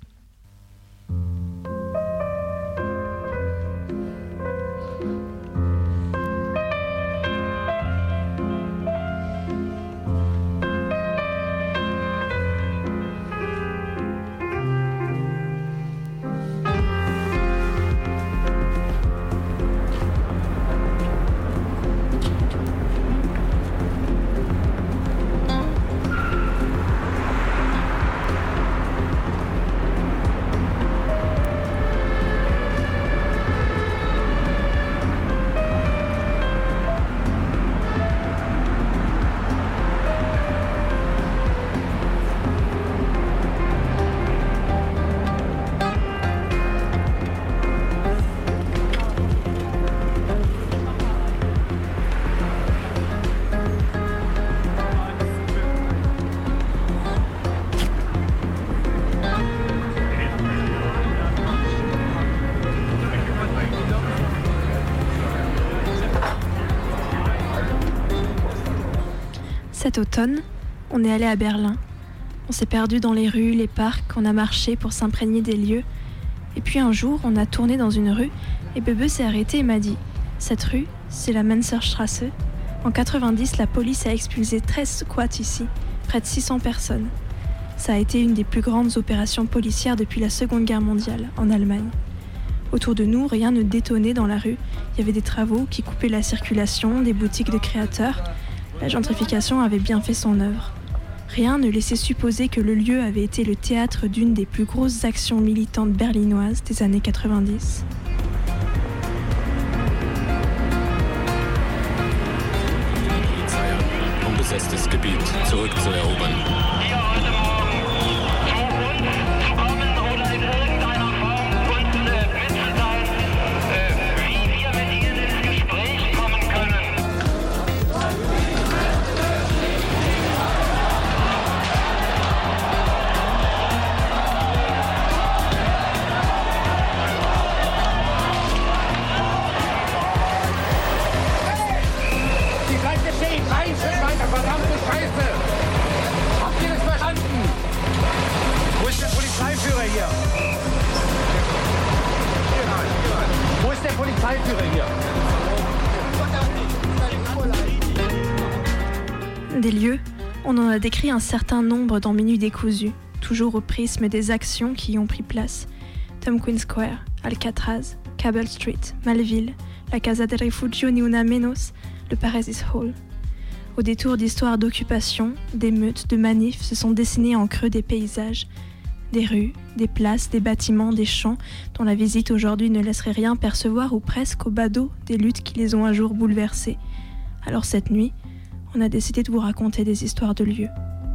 Cet automne, on est allé à Berlin. On s'est perdu dans les rues, les parcs, on a marché pour s'imprégner des lieux. Et puis un jour, on a tourné dans une rue et Bebe s'est arrêté et m'a dit « Cette rue, c'est la Menserstrasse. En 90, la police a expulsé 13 squats ici, près de 600 personnes. Ça a été une des plus grandes opérations policières depuis la Seconde Guerre mondiale, en Allemagne. Autour de nous, rien ne détonnait dans la rue. Il y avait des travaux qui coupaient la circulation, des boutiques de créateurs. La gentrification avait bien fait son œuvre. Rien ne laissait supposer que le lieu avait été le théâtre d'une des plus grosses actions militantes berlinoises des années 90. Unbesetztes Gebiet zurückzuerobern. Verdammte Scheiße! Habt ihr Des lieux, on en a décrit un certain nombre dans Minuit décousu, toujours au prisme des actions qui y ont pris place. Tom Queen Square, Alcatraz, Cable Street, Malville, la Casa del Refugio ni una menos, le Paradise Hall. Au détour d'histoires d'occupation, d'émeutes, de manifs se sont dessinés en creux des paysages, des rues, des places, des bâtiments, des champs dont la visite aujourd'hui ne laisserait rien percevoir ou presque au badaud des luttes qui les ont un jour bouleversés. Alors cette nuit, on a décidé de vous raconter des histoires de lieux.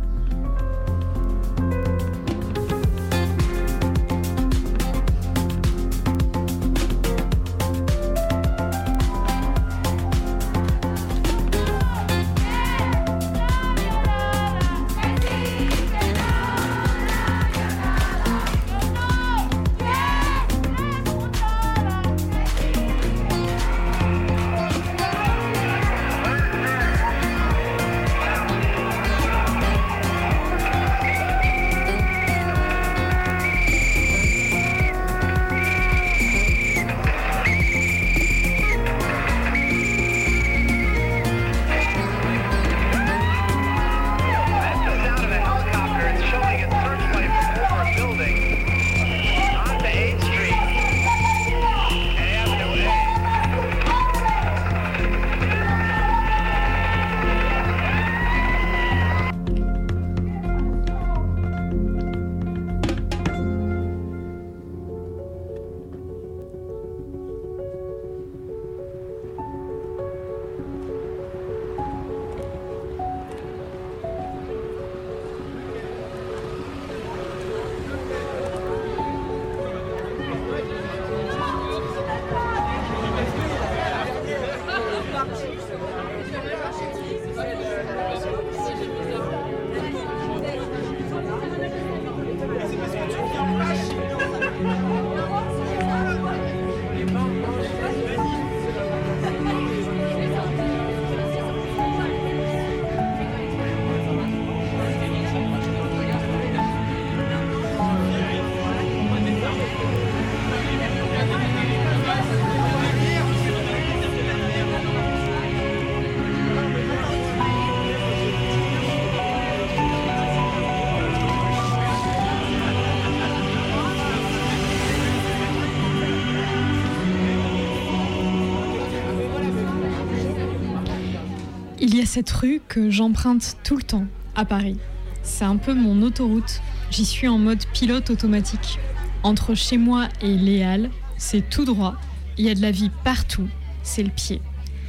Il y a cette rue que j'emprunte tout le temps à Paris. C'est un peu mon autoroute. J'y suis en mode pilote automatique. Entre chez moi et les Halles, c'est tout droit. Il y a de la vie partout. C'est le pied.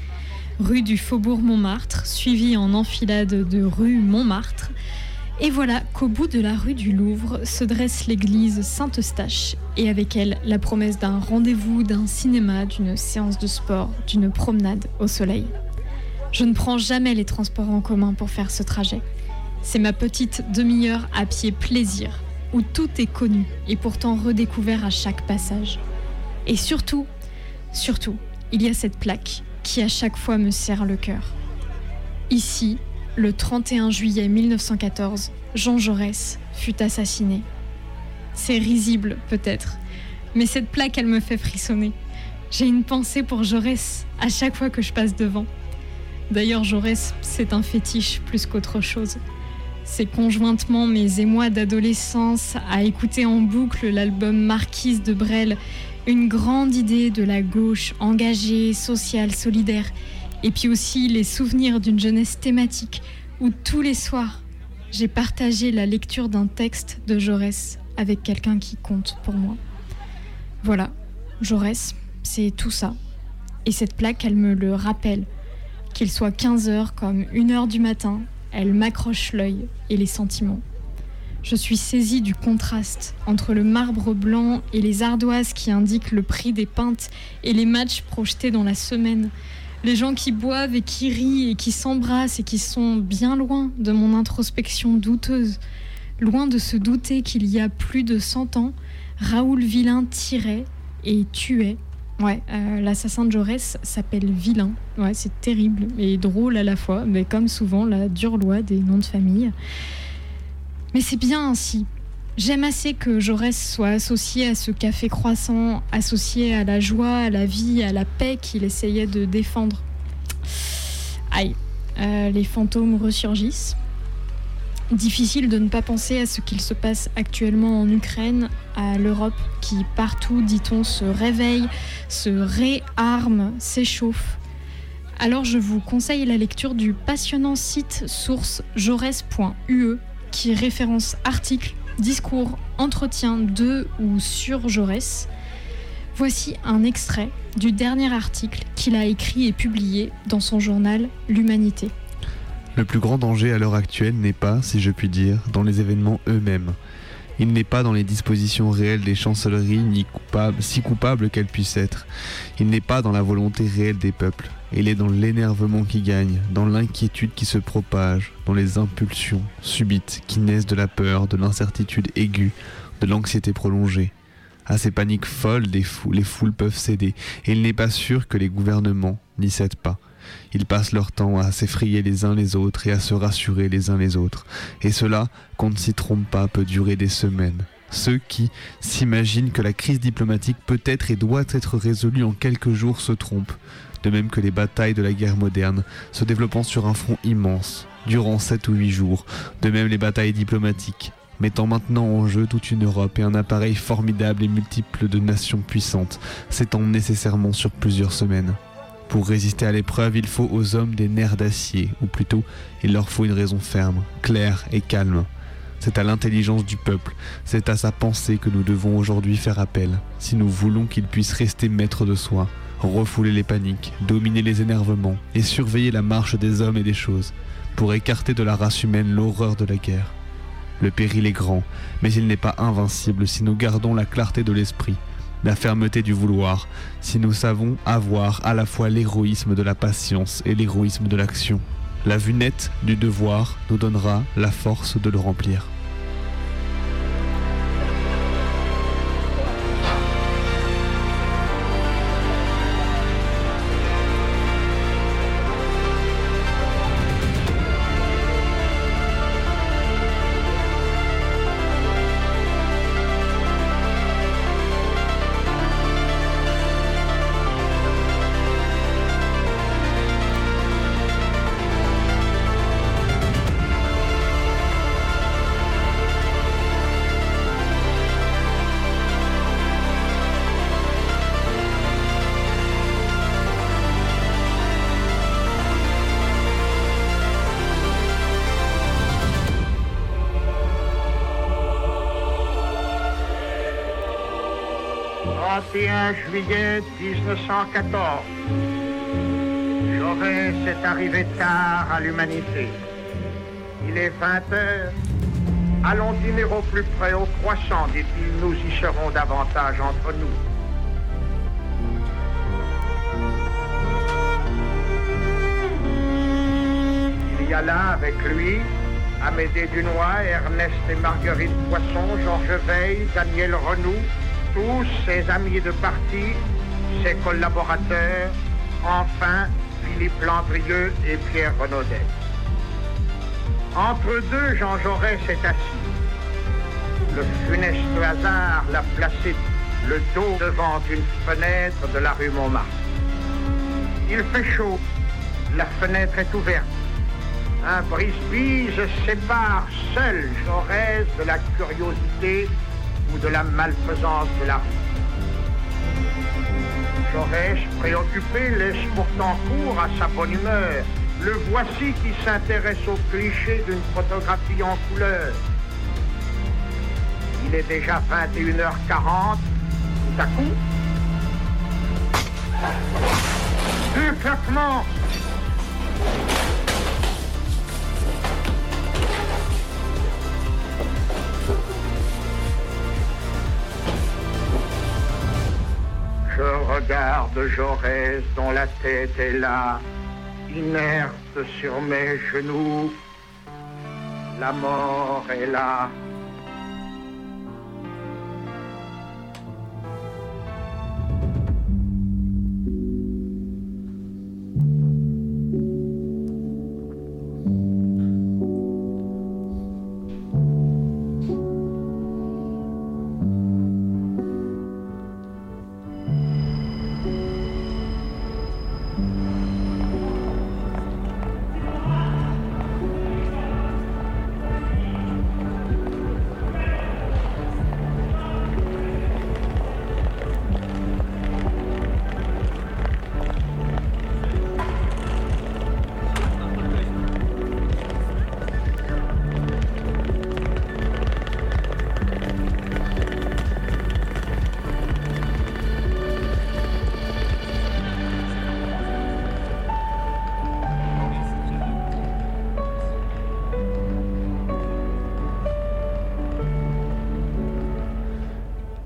Rue du Faubourg Montmartre, suivie en enfilade de rue Montmartre. Et voilà qu'au bout de la rue du Louvre se dresse l'église Saint-Eustache et avec elle la promesse d'un rendez-vous, d'un cinéma, d'une séance de sport, d'une promenade au soleil. Je ne prends jamais les transports en commun pour faire ce trajet. C'est ma petite demi-heure à pied plaisir, où tout est connu et pourtant redécouvert à chaque passage. Et surtout, il y a cette plaque qui à chaque fois me serre le cœur. Ici, le 31 juillet 1914, Jean Jaurès fut assassiné. C'est risible peut-être, mais cette plaque, elle me fait frissonner. J'ai une pensée pour Jaurès à chaque fois que je passe devant. D'ailleurs, Jaurès, c'est un fétiche plus qu'autre chose. C'est conjointement mes émois d'adolescence à écouter en boucle l'album Marquise de Brel, une grande idée de la gauche engagée, sociale, solidaire, et puis aussi les souvenirs d'une jeunesse thématique où tous les soirs, j'ai partagé la lecture d'un texte de Jaurès avec quelqu'un qui compte pour moi. Voilà, Jaurès, c'est tout ça. Et cette plaque, elle me le rappelle. Qu'il soit 15h comme 1h du matin, elle m'accroche l'œil et les sentiments. Je suis saisie du contraste entre le marbre blanc et les ardoises qui indiquent le prix des pintes et les matchs projetés dans la semaine. Les gens qui boivent et qui rient et qui s'embrassent et qui sont bien loin de mon introspection douteuse. Loin de se douter qu'il y a plus de 100 ans, Raoul Villain tirait et tuait. Ouais, l'assassin de Jaurès s'appelle Villain. Ouais, c'est terrible et drôle à la fois, mais comme souvent, la dure loi des noms de famille. Mais c'est bien ainsi. J'aime assez que Jaurès soit associé à ce café croissant, associé à la joie, à la vie, à la paix qu'il essayait de défendre. Aïe, les fantômes ressurgissent. Difficile de ne pas penser à ce qu'il se passe actuellement en Ukraine, à l'Europe qui partout, dit-on, se réveille, se réarme, s'échauffe. Alors je vous conseille la lecture du passionnant site source jaurès.ue qui référence articles, discours, entretiens de ou sur Jaurès. Voici un extrait du dernier article qu'il a écrit et publié dans son journal L'Humanité. Le plus grand danger à l'heure actuelle n'est pas, si je puis dire, dans les événements eux-mêmes. Il n'est pas dans les dispositions réelles des chancelleries, si coupables qu'elles puissent être. Il n'est pas dans la volonté réelle des peuples. Il est dans l'énervement qui gagne, dans l'inquiétude qui se propage, dans les impulsions subites qui naissent de la peur, de l'incertitude aiguë, de l'anxiété prolongée. À ces paniques folles, les foules peuvent céder, et il n'est pas sûr que les gouvernements n'y cèdent pas. Ils passent leur temps à s'effrayer les uns les autres et à se rassurer les uns les autres. Et cela, qu'on ne s'y trompe pas, peut durer des semaines. Ceux qui s'imaginent que la crise diplomatique peut être et doit être résolue en quelques jours se trompent. De même que les batailles de la guerre moderne, se développant sur un front immense, durant 7 ou 8 jours. De même les batailles diplomatiques, mettant maintenant en jeu toute une Europe et un appareil formidable et multiple de nations puissantes, s'étendent nécessairement sur plusieurs semaines. Pour résister à l'épreuve, il faut aux hommes des nerfs d'acier, ou plutôt, il leur faut une raison ferme, claire et calme. C'est à l'intelligence du peuple, c'est à sa pensée que nous devons aujourd'hui faire appel, si nous voulons qu'il puisse rester maître de soi, refouler les paniques, dominer les énervements et surveiller la marche des hommes et des choses, pour écarter de la race humaine l'horreur de la guerre. Le péril est grand, mais il n'est pas invincible si nous gardons la clarté de l'esprit, la fermeté du vouloir, si nous savons avoir à la fois l'héroïsme de la patience et l'héroïsme de l'action. La vue nette du devoir nous donnera la force de le remplir. Juillet 1914. Jaurès est arrivé tard à l'Humanité. Il est 20h. Allons dîner au plus près au croissant, dit-il, nous y serons davantage entre nous. Il y a là avec lui Amédée Dunois, Ernest et Marguerite Poisson, Georges Veil, Daniel Renoux, tous ses amis de parti, ses collaborateurs, enfin Philippe Landrieux et Pierre Renaudet. Entre eux deux, Jean Jaurès est assis. Le funeste hasard l'a placé le dos devant une fenêtre de la rue Montmartre. Il fait chaud, la fenêtre est ouverte. Un brise-bise sépare seul Jaurès de la curiosité ou de la malfaisance de la rue. Jaurès, préoccupé, laisse pourtant cours à sa bonne humeur. Le voici qui s'intéresse aux clichés d'une photographie en couleur. Il est déjà 21h40. Tout à coup, un claquement. Je regarde Jaurès dont la tête est là, inerte sur mes genoux. La mort est là.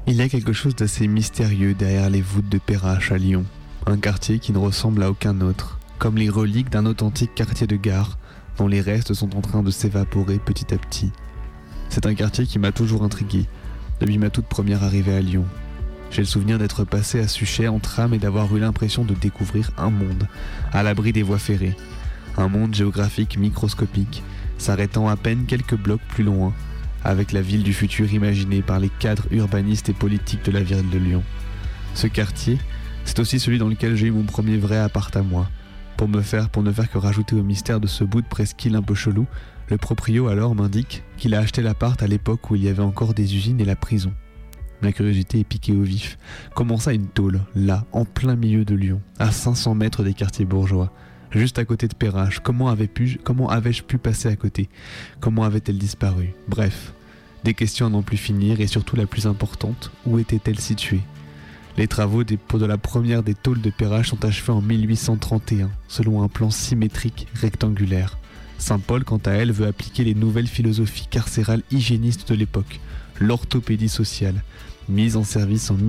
Il y a quelque chose d'assez mystérieux derrière les voûtes de Perrache à Lyon, un quartier qui ne ressemble à aucun autre, comme les reliques d'un authentique quartier de gare dont les restes sont en train de s'évaporer petit à petit. C'est un quartier qui m'a toujours intrigué, depuis ma toute première arrivée à Lyon. J'ai le souvenir d'être passé à Suchet en tram et d'avoir eu l'impression de découvrir un monde, à l'abri des voies ferrées. Un monde géographique microscopique, s'arrêtant à peine quelques blocs plus loin, avec la ville du futur imaginée par les cadres urbanistes et politiques de la ville de Lyon. Ce quartier, c'est aussi celui dans lequel j'ai eu mon premier vrai appart à moi. Pour ne faire que rajouter au mystère de ce bout de presqu'île un peu chelou, le proprio alors m'indique qu'il a acheté l'appart à l'époque où il y avait encore des usines et la prison. Ma curiosité est piquée au vif. Comment ça une tôle, là, en plein milieu de Lyon, à 500 mètres des quartiers bourgeois, juste à côté de Perrache? Comment avais-je pu passer à côté? Comment avait-elle disparu? Bref, des questions à n'en plus finir et surtout la plus importante, où était-elle située? Les travaux de la première des tôles de Perrache sont achevés en 1831, selon un plan symétrique rectangulaire. Saint-Paul, quant à elle, veut appliquer les nouvelles philosophies carcérales hygiénistes de l'époque, l'orthopédie sociale, mise en service en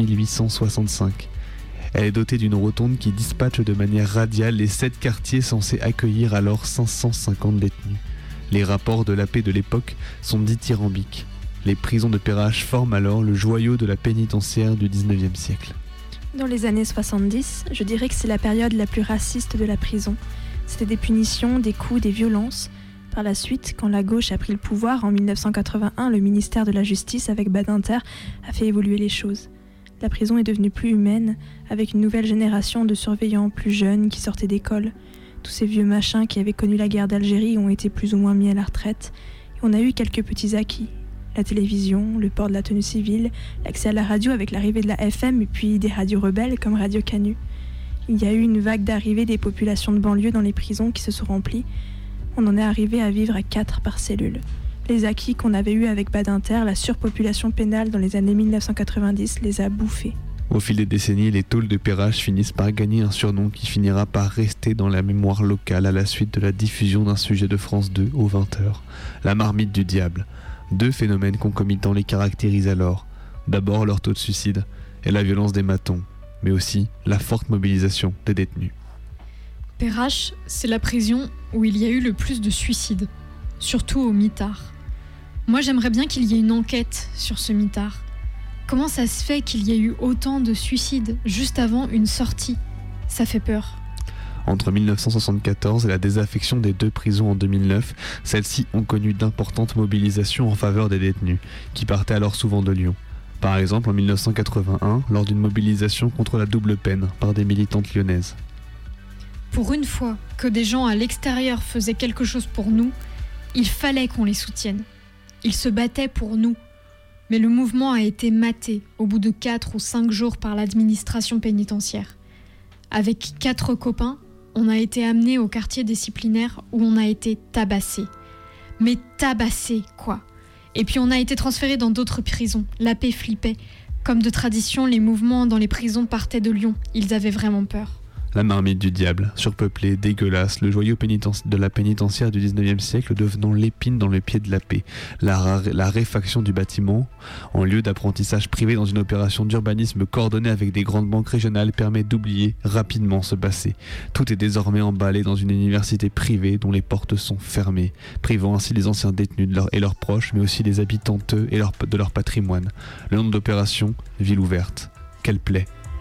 1865. Elle est dotée d'une rotonde qui dispatche de manière radiale les 7 quartiers censés accueillir alors 550 détenus. Les rapports de la paix de l'époque sont dithyrambiques. Les prisons de Perrache forment alors le joyau de la pénitentiaire du 19e siècle. Dans les années 70, je dirais que c'est la période la plus raciste de la prison. C'était des punitions, des coups, des violences. Par la suite, quand la gauche a pris le pouvoir en 1981, le ministère de la Justice, avec Badinter, a fait évoluer les choses. La prison est devenue plus humaine, avec une nouvelle génération de surveillants plus jeunes qui sortaient d'école. Tous ces vieux machins qui avaient connu la guerre d'Algérie ont été plus ou moins mis à la retraite. Et on a eu quelques petits acquis. La télévision, le port de la tenue civile, l'accès à la radio avec l'arrivée de la FM et puis des radios rebelles comme Radio Canu. Il y a eu une vague d'arrivée des populations de banlieue dans les prisons qui se sont remplies. On en est arrivé à vivre à 4 par cellule. Les acquis qu'on avait eus avec Badinter, la surpopulation pénale dans les années 1990 les a bouffés. Au fil des décennies, les tôles de Perrache finissent par gagner un surnom qui finira par rester dans la mémoire locale à la suite de la diffusion d'un sujet de France 2 aux 20h, la marmite du diable. 2 phénomènes concomitants les caractérisent alors. D'abord leur taux de suicide et la violence des matons, mais aussi la forte mobilisation des détenus. Perrache, c'est la prison où il y a eu le plus de suicides, surtout au mitard. Moi, j'aimerais bien qu'il y ait une enquête sur ce mitard. Comment ça se fait qu'il y ait eu autant de suicides juste avant une sortie? Ça fait peur. Entre 1974 et la désaffection des 2 prisons en 2009, celles-ci ont connu d'importantes mobilisations en faveur des détenus, qui partaient alors souvent de Lyon. Par exemple en 1981, lors d'une mobilisation contre la double peine par des militantes lyonnaises. Pour une fois que des gens à l'extérieur faisaient quelque chose pour nous, il fallait qu'on les soutienne. Ils se battaient pour nous. Mais le mouvement a été maté au bout de 4 ou 5 jours par l'administration pénitentiaire. Avec 4 copains, on a été amenés au quartier disciplinaire où on a été tabassés. Mais tabassés, quoi. Et puis on a été transférés dans d'autres prisons. La paix flippait. Comme de tradition, les mouvements dans les prisons partaient de Lyon. Ils avaient vraiment peur. La marmite du diable, surpeuplée, dégueulasse, le joyau de la pénitentiaire du 19e siècle devenant l'épine dans le pied de la paix. La réfaction du bâtiment, en lieu d'apprentissage privé dans une opération d'urbanisme coordonnée avec des grandes banques régionales, permet d'oublier rapidement ce passé. Tout est désormais emballé dans une université privée dont les portes sont fermées, privant ainsi les anciens détenus et leurs proches, mais aussi les habitants et de leur patrimoine. Le nom d'opération, ville ouverte. Quelle plaie!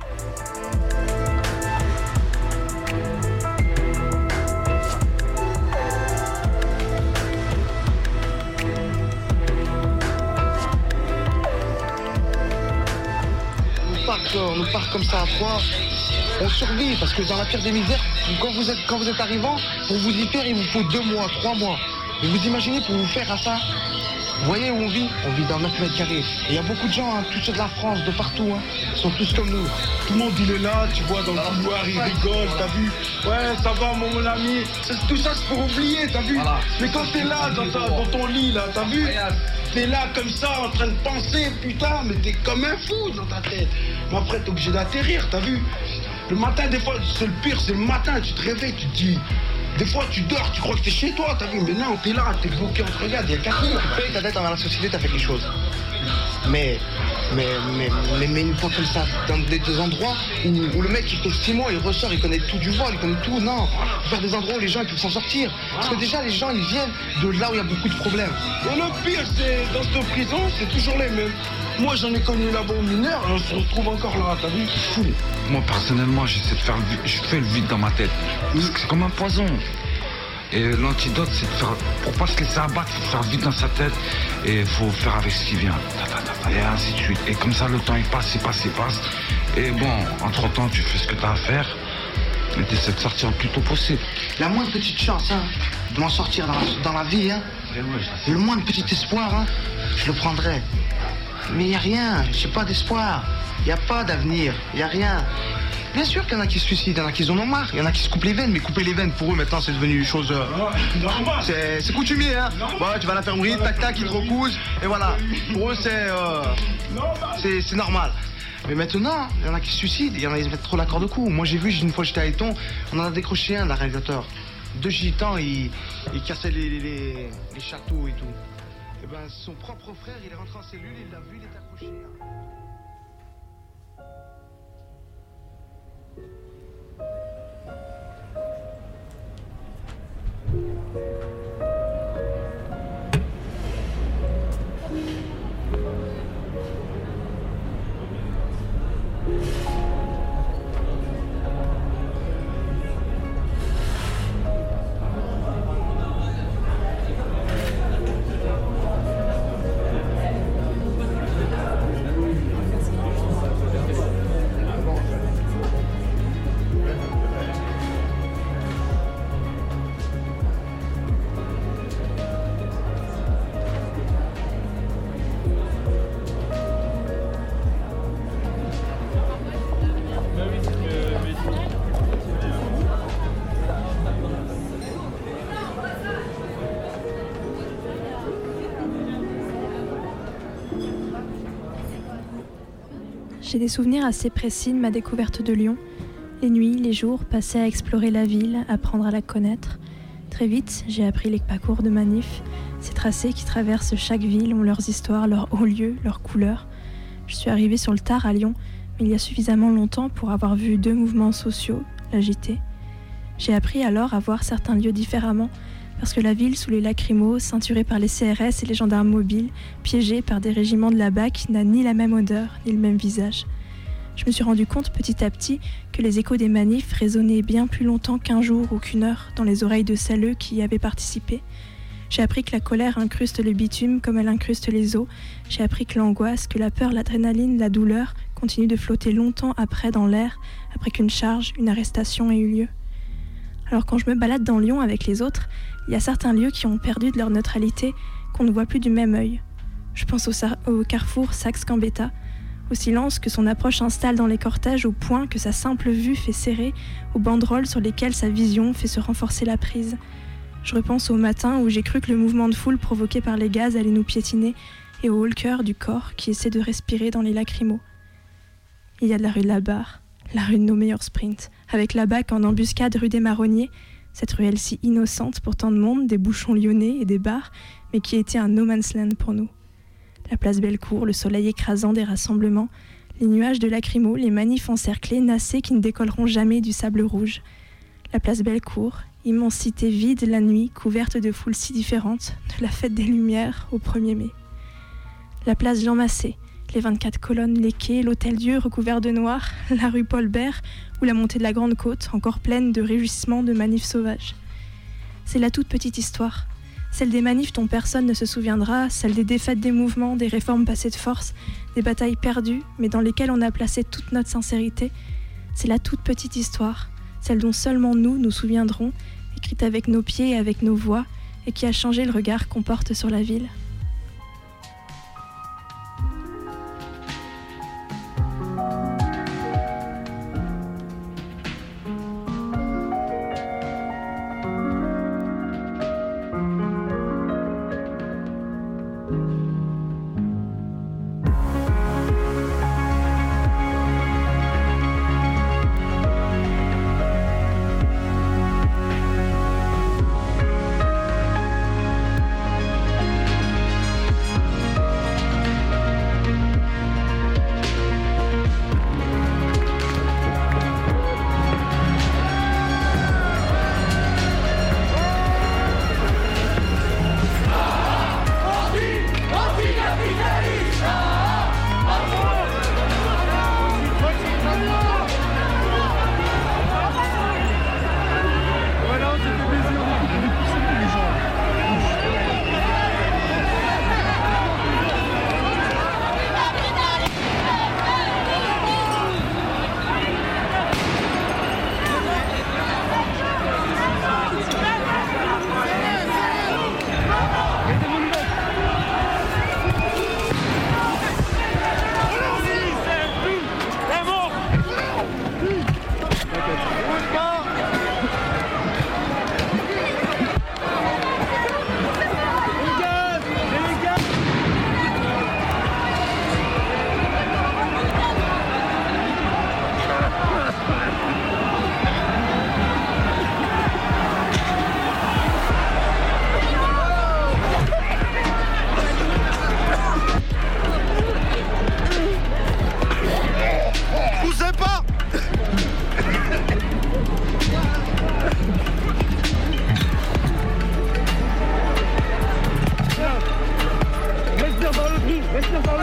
On nous part comme ça à 3, on survit parce que dans la pire des misères, quand vous êtes arrivant, pour vous y faire, il vous faut 2 mois, 3 mois. Et vous imaginez pour vous faire à ça, vous voyez où on vit dans 9 mètres carrés. Et il y a beaucoup de gens, tous ceux de la France, de partout, ils sont tous comme nous. Tout le monde il est là, tu vois, dans le couloir, il rigole, t'as vu? Ouais, ça va mon ami. Tout ça c'est pour oublier, t'as vu? Voilà. Mais quand t'es là, dans ton lit, là, t'as vu? T'es là comme ça, en train de penser, putain, mais t'es comme un fou dans ta tête. Mais après, t'es obligé d'atterrir, t'as vu? Le matin, des fois, c'est le pire, c'est le matin, tu te réveilles, tu te dis... Des fois, tu dors, tu crois que t'es chez toi, t'as vu? Mais non, t'es là, t'es bloqué entre regarde, il y a 4 jours. Tu payes ta dette envers la société, t'as fait quelque chose. Mais Mais une fois comme ça, dans des endroits où le mec il fait 6 mois, il ressort, il connaît tout du vol, il connaît tout, non. Faire des endroits où les gens ils peuvent s'en sortir. Parce que déjà les gens ils viennent de là où il y a beaucoup de problèmes. Et le pire c'est, dans cette prison, c'est toujours les mêmes. Moi j'en ai connu là-bas aux mineurs et on se retrouve encore là, t'as vu? Fou. Moi personnellement j'essaie de faire je fais le vide dans ma tête. C'est comme un poison. Et l'antidote c'est de faire, pour pas se laisser abattre, il faut faire vide dans sa tête et il faut faire avec ce qui vient. Et ainsi de suite. Et comme ça le temps il passe. Et bon, entre temps tu fais ce que t'as à faire et t'essaies de sortir le plus tôt possible. La moindre petite chance de m'en sortir dans la vie, le moindre petit espoir, je le prendrai. Mais il n'y a rien, j'ai pas d'espoir, il n'y a pas d'avenir, il n'y a rien. Bien sûr qu'il y en a qui se suicident, il y en a qui en ont marre, il y en a qui se coupent les veines, mais couper les veines pour eux maintenant c'est devenu une chose... c'est coutumier, Ouais, tu vas à l'infirmerie, tac tac, ils te recousent, et voilà. Pour eux c'est normal. Mais maintenant, il y en a qui se suicident, il y en a qui mettent trop la corde au cou. Moi j'ai vu, une fois j'étais à Eton, on en a décroché un, la réalisateur. 2 gitans, ils cassaient les châteaux et tout. Et ben son propre frère, il est rentré en cellule, il l'a vu, il est accroché. J'ai des souvenirs assez précis de ma découverte de Lyon. Les nuits, les jours passés à explorer la ville, apprendre à la connaître. Très vite, j'ai appris les parcours de manif. Ces tracés qui traversent chaque ville ont leurs histoires, leurs hauts lieux, leurs couleurs. Je suis arrivée sur le tard à Lyon, mais il y a suffisamment longtemps pour avoir vu 2 mouvements sociaux, l'agités. J'ai appris alors à voir certains lieux différemment, parce que la ville sous les lacrymos, ceinturée par les CRS et les gendarmes mobiles, piégée par des régiments de la BAC, n'a ni la même odeur, ni le même visage. Je me suis rendu compte petit à petit que les échos des manifs résonnaient bien plus longtemps qu'un jour ou qu'une heure dans les oreilles de celles qui y avaient participé. J'ai appris que la colère incruste le bitume comme elle incruste les eaux. J'ai appris que l'angoisse, que la peur, l'adrénaline, la douleur continuent de flotter longtemps après dans l'air, après qu'une charge, une arrestation ait eu lieu. Alors quand je me balade dans Lyon avec les autres, il y a certains lieux qui ont perdu de leur neutralité, qu'on ne voit plus du même œil. Je pense au carrefour Saxe-Gambetta, au silence que son approche installe dans les cortèges au point que sa simple vue fait serrer, aux banderoles sur lesquelles sa vision fait se renforcer la prise. Je repense au matin où j'ai cru que le mouvement de foule provoqué par les gaz allait nous piétiner et au haut-le-cœur du corps qui essaie de respirer dans les lacrymos. Il y a de la rue de la Barre, la rue de nos meilleurs sprints, avec la BAC en embuscade rue des Marronniers, cette ruelle si innocente pour tant de monde, des bouchons lyonnais et des bars, mais qui était un no man's land pour nous. La place Bellecour, le soleil écrasant des rassemblements, les nuages de lacrymos, les manifs encerclés, nassés qui ne décolleront jamais du sable rouge. La place Bellecour, immensité vide la nuit, couverte de foules si différentes, de la fête des Lumières au 1er mai. La place Jean Massé, les 24 colonnes, les quais, l'Hôtel-Dieu recouvert de noir, la rue Paul-Bert ou la montée de la Grande Côte, encore pleine de réjouissements de manifs sauvages. C'est la toute petite histoire, celle des manifs dont personne ne se souviendra, celle des défaites des mouvements, des réformes passées de force, des batailles perdues, mais dans lesquelles on a placé toute notre sincérité. C'est la toute petite histoire, celle dont seulement nous nous souviendrons, écrite avec nos pieds et avec nos voix, et qui a changé le regard qu'on porte sur la ville.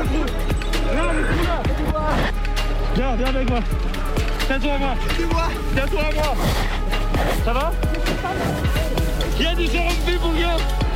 Viens avec moi. Tiens-toi à moi. Tiens-toi à moi. Ça va? Il y a du Jérôme V pour Guillaume.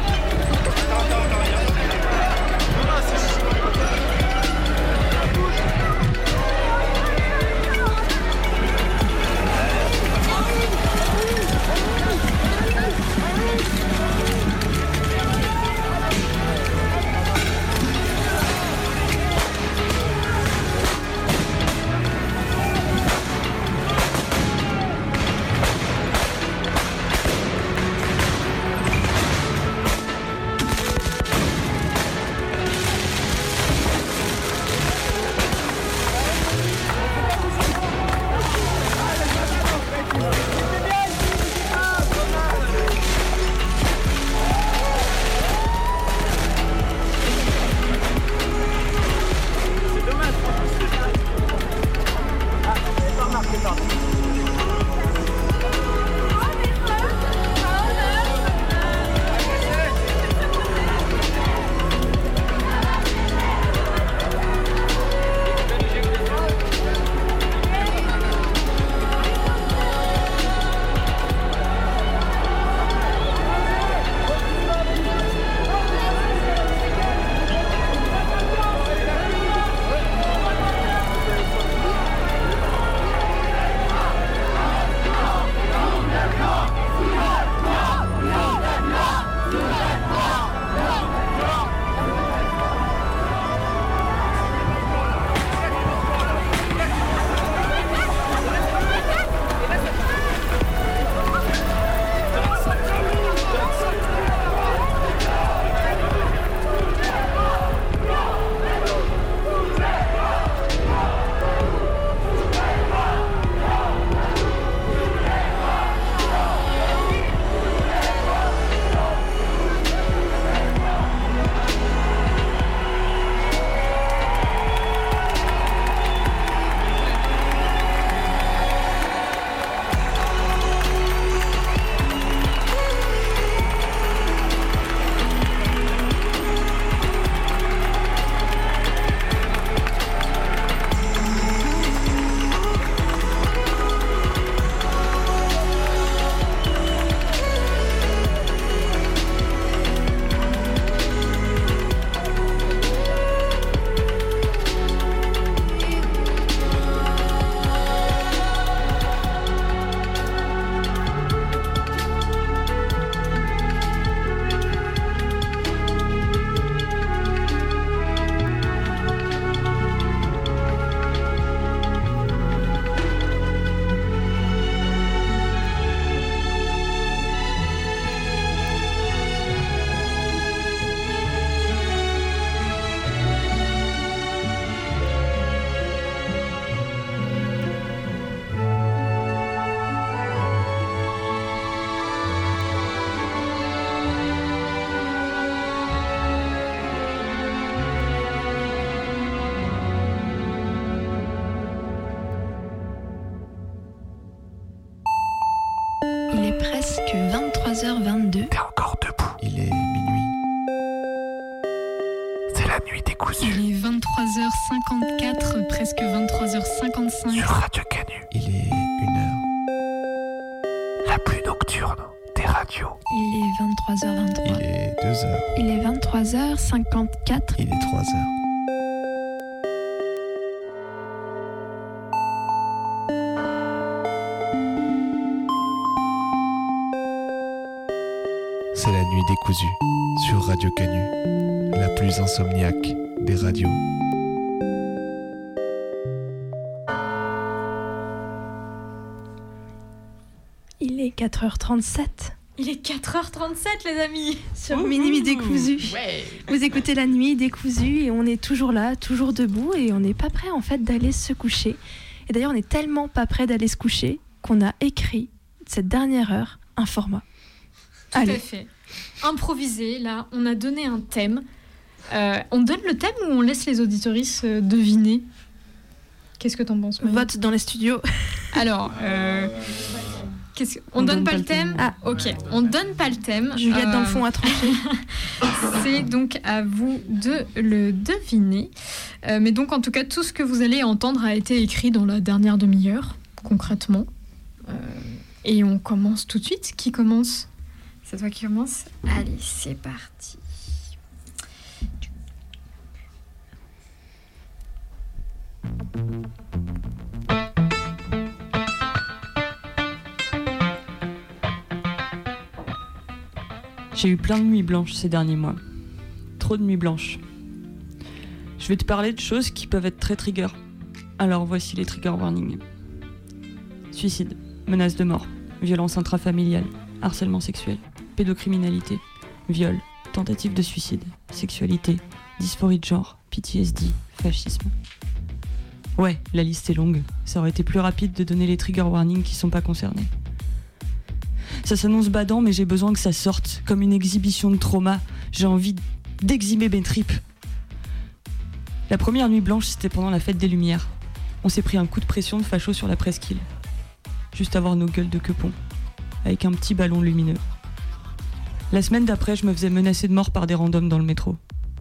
Il est presque 23h22. T'es encore debout. Il est minuit. C'est la nuit décousue. Il est 23h54, presque 23h55. Sur Radio Canu. Il est 1h. La plus nocturne des radios. Il est 23h23. Il est 2h. Il est 23h54. Il est 3h. C'est la nuit décousue sur Radio Canu, la plus insomniaque des radios. Il est 4h37. Il est 4h37 les amis. Sur Minuit décousu. Ouais. Vous écoutez la nuit décousue et on est toujours là, toujours debout et on n'est pas prêt en fait d'aller se coucher. Et d'ailleurs on est tellement pas prêt d'aller se coucher qu'on a écrit cette dernière heure un format. Tout à fait. Improvisé, là, on a donné un thème. On donne le thème ou on laisse les auditoristes deviner? Qu'est-ce que t'en penses, Marie? Vote dans les studios. Alors, On donne pas le thème. Ah, ok. On donne pas le thème. Juliette dans le fond a tranché. C'est donc à vous de le deviner. Mais donc, en tout cas, tout ce que vous allez entendre a été écrit dans la dernière demi-heure, concrètement. Et on commence tout de suite. Qui commence ? C'est toi qui commence ? Allez, c'est parti. J'ai eu plein de nuits blanches ces derniers mois. Trop de nuits blanches. Je vais te parler de choses qui peuvent être très trigger. Alors voici les trigger warnings. Suicide, menace de mort, violence intrafamiliale, harcèlement sexuel, pédocriminalité, viol, tentative de suicide, sexualité, dysphorie de genre, PTSD, fascisme. Ouais, la liste est longue. Ça aurait été plus rapide de donner les trigger warnings qui sont pas concernés. Ça s'annonce badant, mais j'ai besoin que ça sorte, comme une exhibition de trauma. J'ai envie d'exhiber mes tripes. La première nuit blanche, c'était pendant la fête des Lumières. On s'est pris un coup de pression de facho sur la presqu'île. Juste à voir nos gueules de quepons, avec un petit ballon lumineux. La semaine d'après, je me faisais menacer de mort par des randoms dans le métro.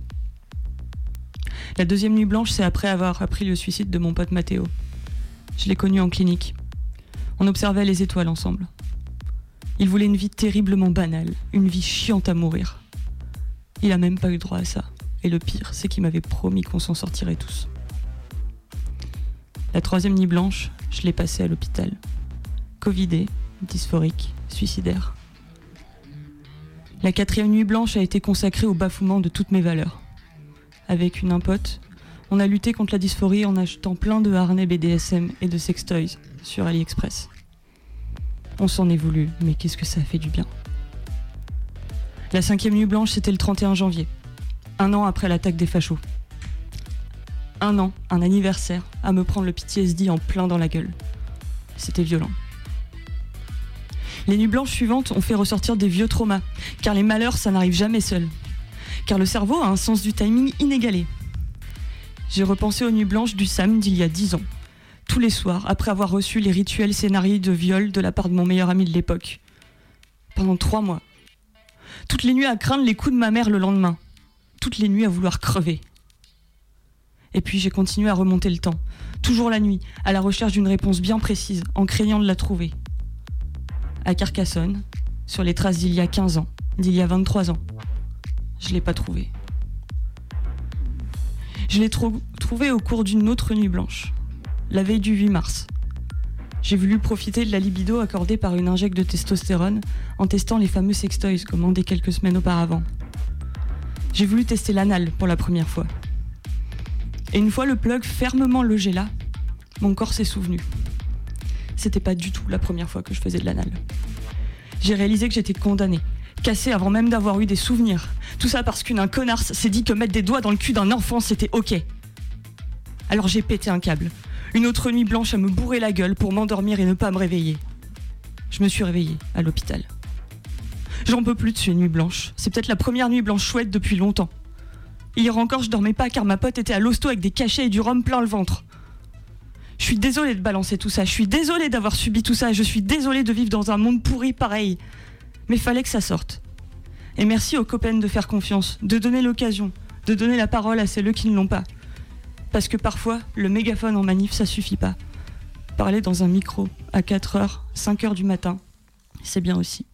La deuxième nuit blanche, c'est après avoir appris le suicide de mon pote Mathéo. Je l'ai connu en clinique. On observait les étoiles ensemble. Il voulait une vie terriblement banale, une vie chiante à mourir. Il a même pas eu droit à ça. Et le pire, c'est qu'il m'avait promis qu'on s'en sortirait tous. La troisième nuit blanche, je l'ai passée à l'hôpital. Covidé, dysphorique, suicidaire. La quatrième nuit blanche a été consacrée au bafouement de toutes mes valeurs. Avec un pote, on a lutté contre la dysphorie en achetant plein de harnais BDSM et de sextoys sur AliExpress. On s'en est voulu, mais qu'est-ce que ça a fait du bien. La cinquième nuit blanche, c'était le 31 janvier, 1 an après l'attaque des fachos. 1 an, un anniversaire, à me prendre le PTSD en plein dans la gueule. C'était violent. Les nuits blanches suivantes ont fait ressortir des vieux traumas, car les malheurs, ça n'arrive jamais seul. Car le cerveau a un sens du timing inégalé. J'ai repensé aux nuits blanches du Sam d'il y a 10 ans. Tous les soirs, après avoir reçu les rituels scénariés de viol de la part de mon meilleur ami de l'époque. Pendant 3 mois. Toutes les nuits à craindre les coups de ma mère le lendemain. Toutes les nuits à vouloir crever. Et puis j'ai continué à remonter le temps. Toujours la nuit, à la recherche d'une réponse bien précise, en craignant de la trouver. À Carcassonne, sur les traces d'il y a 15 ans, d'il y a 23 ans. Je ne l'ai pas trouvée. Je l'ai trouvée au cours d'une autre nuit blanche. La veille du 8 mars. J'ai voulu profiter de la libido accordée par une injecte de testostérone en testant les fameux sextoys commandés quelques semaines auparavant. J'ai voulu tester l'anal pour la première fois. Et une fois le plug fermement logé là, mon corps s'est souvenu. C'était pas du tout la première fois que je faisais de l'anal. J'ai réalisé que j'étais condamnée, cassée avant même d'avoir eu des souvenirs. Tout ça parce qu'un connard s'est dit que mettre des doigts dans le cul d'un enfant c'était ok. Alors j'ai pété un câble. Une autre nuit blanche à me bourrer la gueule pour m'endormir et ne pas me réveiller. Je me suis réveillée à l'hôpital. J'en peux plus de ces nuits blanches. C'est peut-être la première nuit blanche chouette depuis longtemps. Hier encore, je dormais pas car ma pote était à l'hosto avec des cachets et du rhum plein le ventre. Je suis désolée de balancer tout ça. Je suis désolée d'avoir subi tout ça. Je suis désolée de vivre dans un monde pourri pareil. Mais fallait que ça sorte. Et merci aux copains de faire confiance, de donner l'occasion, de donner la parole à celles qui ne l'ont pas. Parce que parfois, le mégaphone en manif, ça suffit pas. Parler dans un micro à 4h, 5h du matin, c'est bien aussi.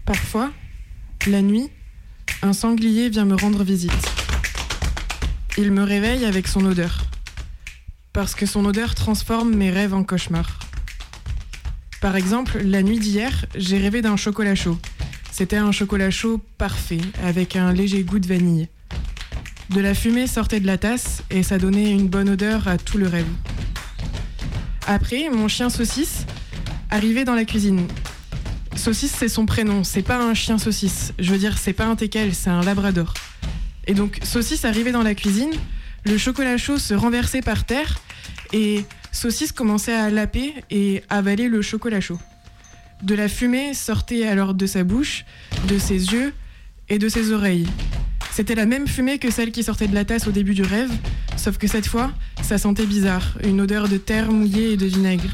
Parfois, la nuit, un sanglier vient me rendre visite. Il me réveille avec son odeur, parce que son odeur transforme mes rêves en cauchemars. Par exemple, la nuit d'hier, j'ai rêvé d'un chocolat chaud. C'était un chocolat chaud parfait, avec un léger goût de vanille. De la fumée sortait de la tasse et ça donnait une bonne odeur à tout le rêve. Après, mon chien Saucisse arrivait dans la cuisine. Saucisse, c'est son prénom, c'est pas un chien saucisse. Je veux dire, c'est pas un teckel, c'est un labrador. Et donc, Saucisse arrivait dans la cuisine, le chocolat chaud se renversait par terre et Saucisse commençait à laper et avaler le chocolat chaud. De la fumée sortait alors de sa bouche, de ses yeux et de ses oreilles. C'était la même fumée que celle qui sortait de la tasse au début du rêve, sauf que cette fois, ça sentait bizarre, une odeur de terre mouillée et de vinaigre.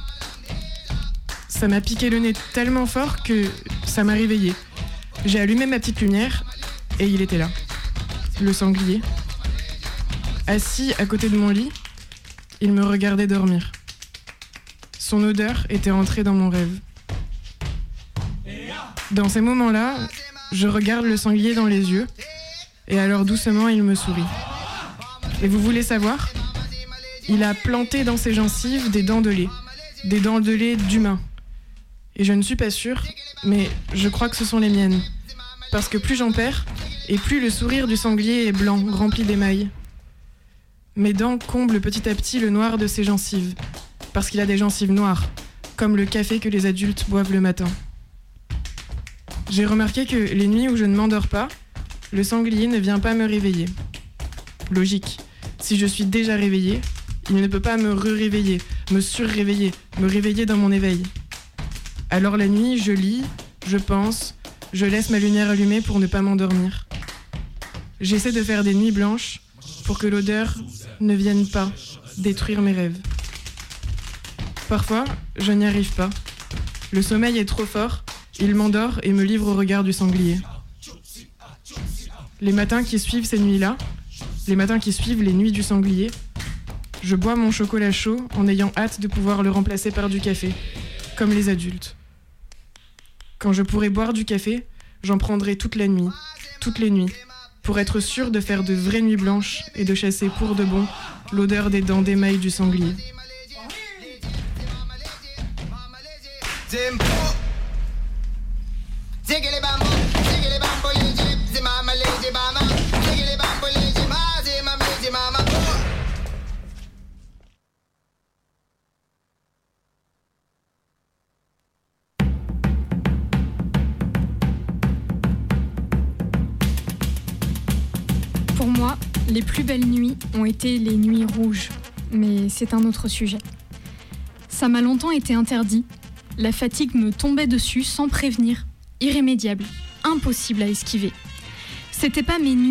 Ça m'a piqué le nez tellement fort que ça m'a réveillée. J'ai allumé ma petite lumière et il était là, le sanglier. Assis à côté de mon lit, il me regardait dormir. Son odeur était entrée dans mon rêve. Dans ces moments-là, je regarde le sanglier dans les yeux et alors doucement il me sourit. Et vous voulez savoir ? Il a planté dans ses gencives des dents de lait d'humain. Et je ne suis pas sûre, mais je crois que ce sont les miennes. Parce que plus j'en perds, et plus le sourire du sanglier est blanc, rempli d'émail. Mes dents comblent petit à petit le noir de ses gencives, parce qu'il a des gencives noires, comme le café que les adultes boivent le matin. J'ai remarqué que les nuits où je ne m'endors pas, le sanglier ne vient pas me réveiller. Logique, si je suis déjà réveillée, il ne peut pas me réveiller, me surréveiller, me réveiller dans mon éveil. Alors la nuit, je lis, je pense, je laisse ma lumière allumée pour ne pas m'endormir. J'essaie de faire des nuits blanches pour que l'odeur ne vienne pas détruire mes rêves. Parfois, je n'y arrive pas. Le sommeil est trop fort, il m'endort et me livre au regard du sanglier. Les matins qui suivent ces nuits-là, les matins qui suivent les nuits du sanglier, je bois mon chocolat chaud en ayant hâte de pouvoir le remplacer par du café, comme les adultes. Quand je pourrai boire du café, j'en prendrai toute la nuit, toutes les nuits, pour être sûr de faire de vraies nuits blanches et de chasser pour de bon l'odeur des dents d'émail du sanglier. Pour moi, les plus belles nuits ont été les nuits rouges, mais c'est un autre sujet. Ça m'a longtemps été interdit. La fatigue me tombait dessus sans prévenir, irrémédiable, impossible à esquiver. C'était pas mes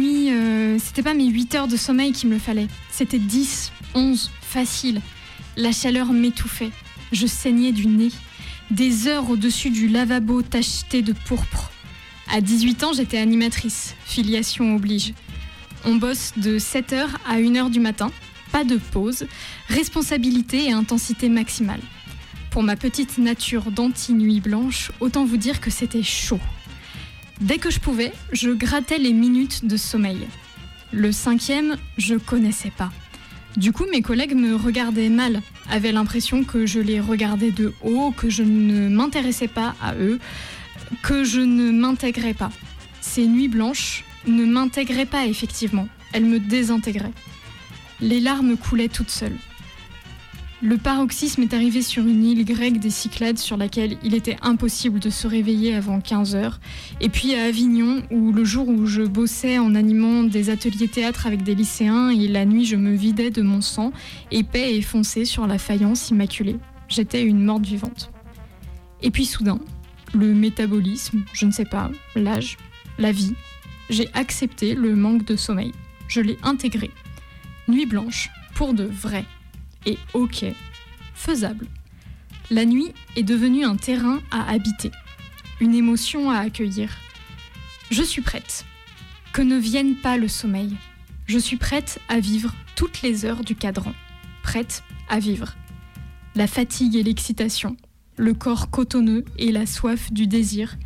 8 heures de sommeil qu'il me fallait. C'était 10, 11, facile. La chaleur m'étouffait. Je saignais du nez. Des heures au-dessus du lavabo tacheté de pourpre. À 18 ans, j'étais animatrice. Filiation oblige. On bosse de 7h à 1h du matin. Pas de pause. Responsabilité et intensité maximale. Pour ma petite nature d'anti-nuit blanche, autant vous dire que c'était chaud. Dès que je pouvais, je grattais les minutes de sommeil. Le 5e, je connaissais pas. Du coup, mes collègues me regardaient mal, avaient l'impression que je les regardais de haut, que je ne m'intéressais pas à eux, que je ne m'intégrais pas. Ces nuits blanches ne m'intégraient pas effectivement, elles me désintégraient. Les larmes coulaient toutes seules. Le paroxysme est arrivé sur une île grecque des Cyclades sur laquelle il était impossible de se réveiller avant 15h. Et puis à Avignon, où le jour où je bossais en animant des ateliers théâtre avec des lycéens et la nuit je me vidais de mon sang, épais et foncé sur la faïence immaculée. J'étais une morte vivante. Et puis soudain, le métabolisme, je ne sais pas, l'âge, la vie, j'ai accepté le manque de sommeil. Je l'ai intégré. Nuit blanche, pour de vrai. Et ok, faisable. La nuit est devenue un terrain à habiter, une émotion à accueillir. Je suis prête. Que ne vienne pas le sommeil. Je suis prête à vivre toutes les heures du cadran. Prête à vivre. La fatigue et l'excitation, le corps cotonneux et la soif du désir,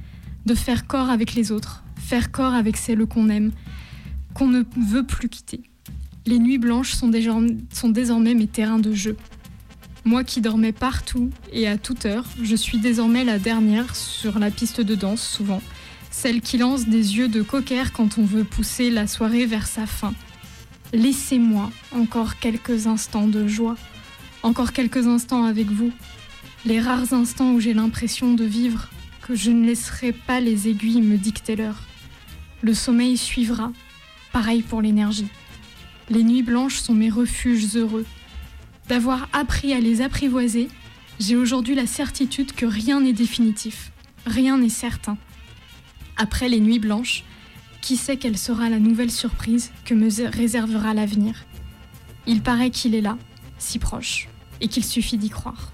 de faire corps avec les autres, faire corps avec celles qu'on aime, qu'on ne veut plus quitter. Les nuits blanches sont désormais mes terrains de jeu. Moi qui dormais partout et à toute heure, je suis désormais la dernière sur la piste de danse, souvent. Celle qui lance des yeux de cocker quand on veut pousser la soirée vers sa fin. Laissez-moi encore quelques instants de joie, encore quelques instants avec vous, les rares instants où j'ai l'impression de vivre, que je ne laisserai pas les aiguilles me dicter l'heure. Le sommeil suivra, pareil pour l'énergie. Les nuits blanches sont mes refuges heureux. D'avoir appris à les apprivoiser, j'ai aujourd'hui la certitude que rien n'est définitif, rien n'est certain. Après les nuits blanches, qui sait quelle sera la nouvelle surprise que me réservera l'avenir ? Il paraît qu'il est là, si proche, et qu'il suffit d'y croire.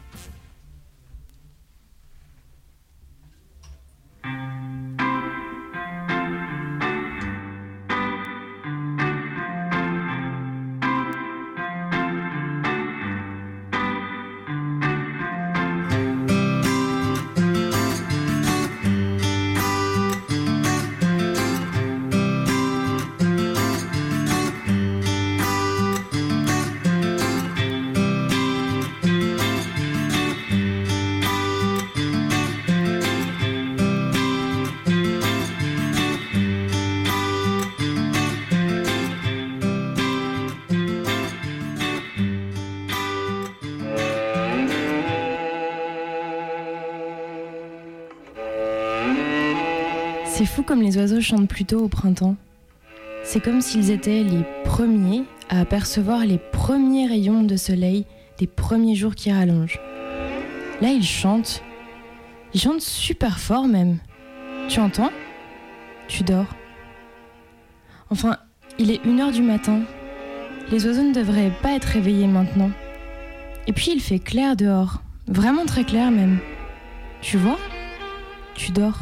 C'est fou comme les oiseaux chantent plus tôt au printemps. C'est comme s'ils étaient les premiers à apercevoir les premiers rayons de soleil des premiers jours qui rallongent. Là, ils chantent. Ils chantent super fort même. Tu entends ? Tu dors. Enfin, il est 1h du matin. Les oiseaux ne devraient pas être réveillés maintenant. Et puis il fait clair dehors. Vraiment très clair même. Tu vois ? Tu dors.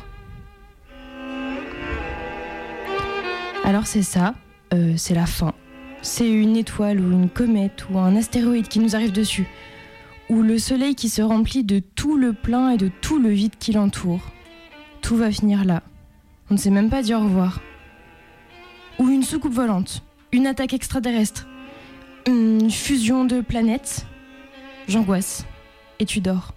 Alors c'est ça, c'est la fin. C'est une étoile ou une comète ou un astéroïde qui nous arrive dessus. Ou le soleil qui se remplit de tout le plein et de tout le vide qui l'entoure. Tout va finir là. On ne sait même pas dire au revoir. Ou une soucoupe volante, une attaque extraterrestre, une fusion de planètes. J'angoisse. Et tu dors.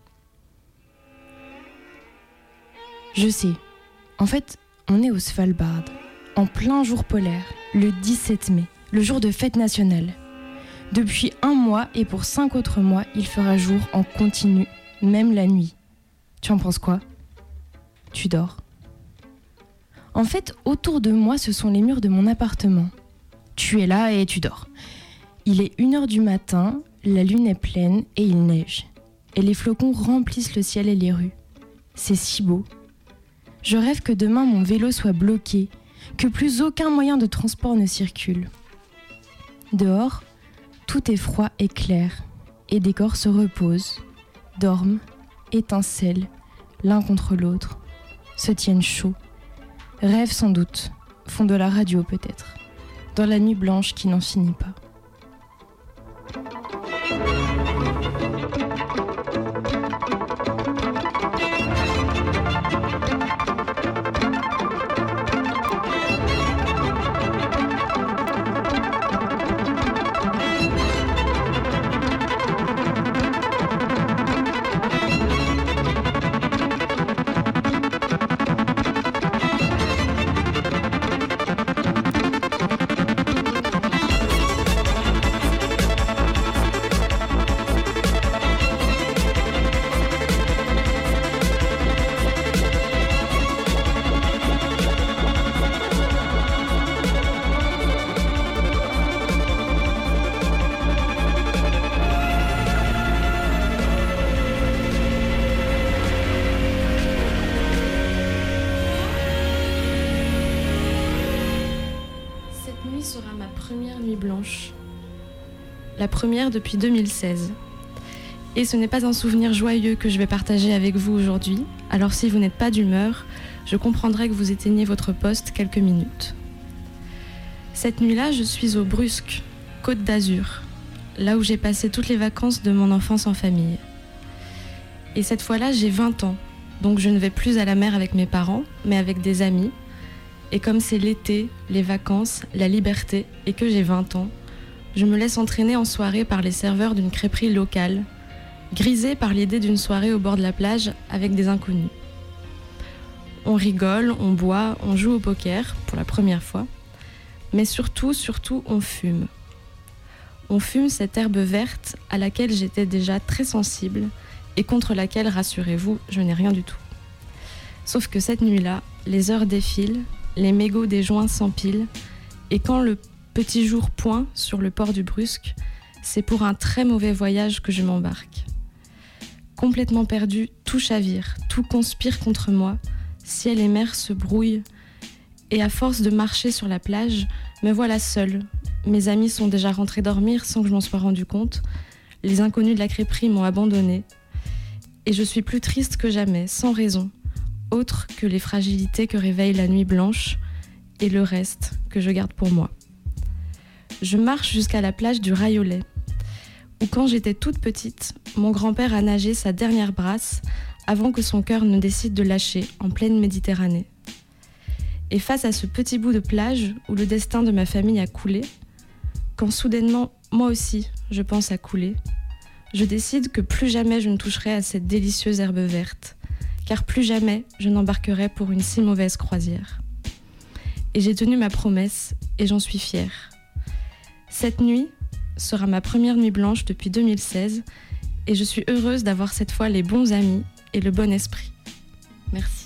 Je sais. En fait, on est au Svalbard. En plein jour polaire, le 17 mai, le jour de fête nationale. Depuis 1 mois et pour 5 autres mois, il fera jour en continu, même la nuit. Tu en penses quoi ? Tu dors. En fait, autour de moi, ce sont les murs de mon appartement. Tu es là et tu dors. Il est 1h du matin, la lune est pleine et il neige. Et les flocons remplissent le ciel et les rues. C'est si beau. Je rêve que demain mon vélo soit bloqué, que plus aucun moyen de transport ne circule. Dehors, tout est froid et clair, et des corps se reposent, dorment, étincellent, l'un contre l'autre, se tiennent chaud, rêvent sans doute, font de la radio peut-être, dans la nuit blanche qui n'en finit pas. La première depuis 2016. Et ce n'est pas un souvenir joyeux que je vais partager avec vous aujourd'hui, alors si vous n'êtes pas d'humeur, je comprendrai que vous éteigniez votre poste quelques minutes. Cette nuit-là, je suis au Brusque, Côte d'Azur, là où j'ai passé toutes les vacances de mon enfance en famille. Et cette fois-là, j'ai 20 ans, Donc je ne vais plus à la mer avec mes parents, mais avec des amis. Et comme c'est l'été, les vacances, la liberté, et que j'ai 20 ans, je me laisse entraîner en soirée par les serveurs d'une crêperie locale, grisée par l'idée d'une soirée au bord de la plage avec des inconnus. On rigole, on boit, on joue au poker, pour la première fois, mais surtout, on fume. On fume cette herbe verte à laquelle j'étais déjà très sensible et contre laquelle, rassurez-vous, je n'ai rien du tout. Sauf que cette nuit-là, les heures défilent, les mégots des joints s'empilent, et quand le petit jour point sur le port du Brusque, c'est pour un très mauvais voyage que je m'embarque. Complètement perdu, tout chavire, tout conspire contre moi, ciel et mer se brouillent, et à force de marcher sur la plage, me voilà seule. Mes amis sont déjà rentrés dormir sans que je m'en sois rendu compte, les inconnus de la crêperie m'ont abandonnée, et je suis plus triste que jamais, sans raison, autre que les fragilités que réveille la nuit blanche et le reste que je garde pour moi. Je marche jusqu'à la plage du Rayolet, où quand j'étais toute petite, mon grand-père a nagé sa dernière brasse avant que son cœur ne décide de lâcher en pleine Méditerranée. Et face à ce petit bout de plage où le destin de ma famille a coulé, quand soudainement, moi aussi, je pense à couler, je décide que plus jamais je ne toucherai à cette délicieuse herbe verte, car plus jamais je n'embarquerai pour une si mauvaise croisière. Et j'ai tenu ma promesse, et j'en suis fière. Cette nuit sera ma première nuit blanche depuis 2016, et je suis heureuse d'avoir cette fois les bons amis et le bon esprit. Merci.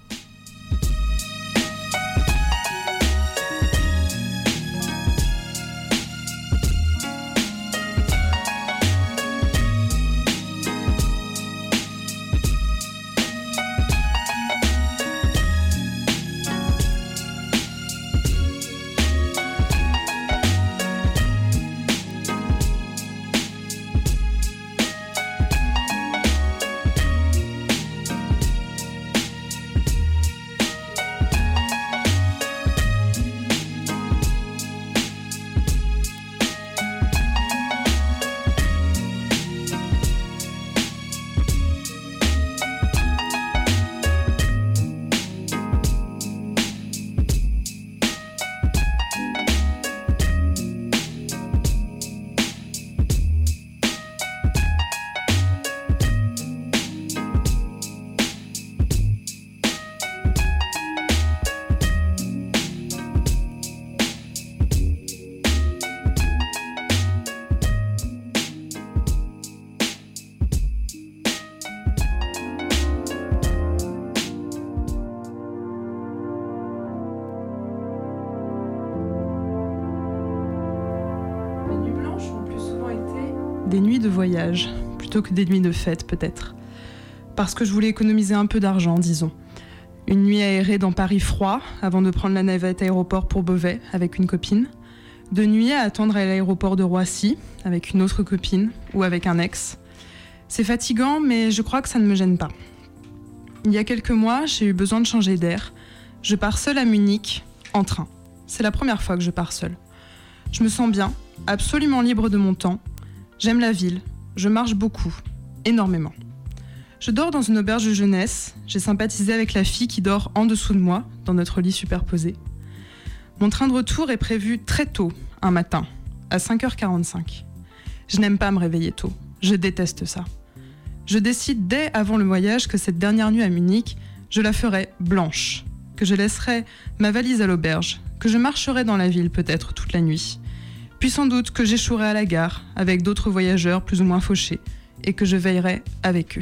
Des nuits de voyage, plutôt que des nuits de fête peut-être. Parce que je voulais économiser un peu d'argent, disons. Une nuit aérée dans Paris froid, avant de prendre la navette aéroport pour Beauvais avec une copine. 2 nuits à attendre à l'aéroport de Roissy, avec une autre copine, ou avec un ex. C'est fatigant, mais je crois que ça ne me gêne pas. Il y a quelques mois, j'ai eu besoin de changer d'air. Je pars seule à Munich, en train. C'est la première fois que je pars seule. Je me sens bien, absolument libre de mon temps. J'aime la ville, je marche beaucoup, énormément. Je dors dans une auberge de jeunesse, j'ai sympathisé avec la fille qui dort en dessous de moi, dans notre lit superposé. Mon train de retour est prévu très tôt, un matin, à 5h45. Je n'aime pas me réveiller tôt, je déteste ça. Je décide dès avant le voyage que cette dernière nuit à Munich, je la ferai blanche, que je laisserai ma valise à l'auberge, que je marcherai dans la ville peut-être toute la nuit. Puis sans doute que j'échouerai à la gare avec d'autres voyageurs plus ou moins fauchés et que je veillerai avec eux.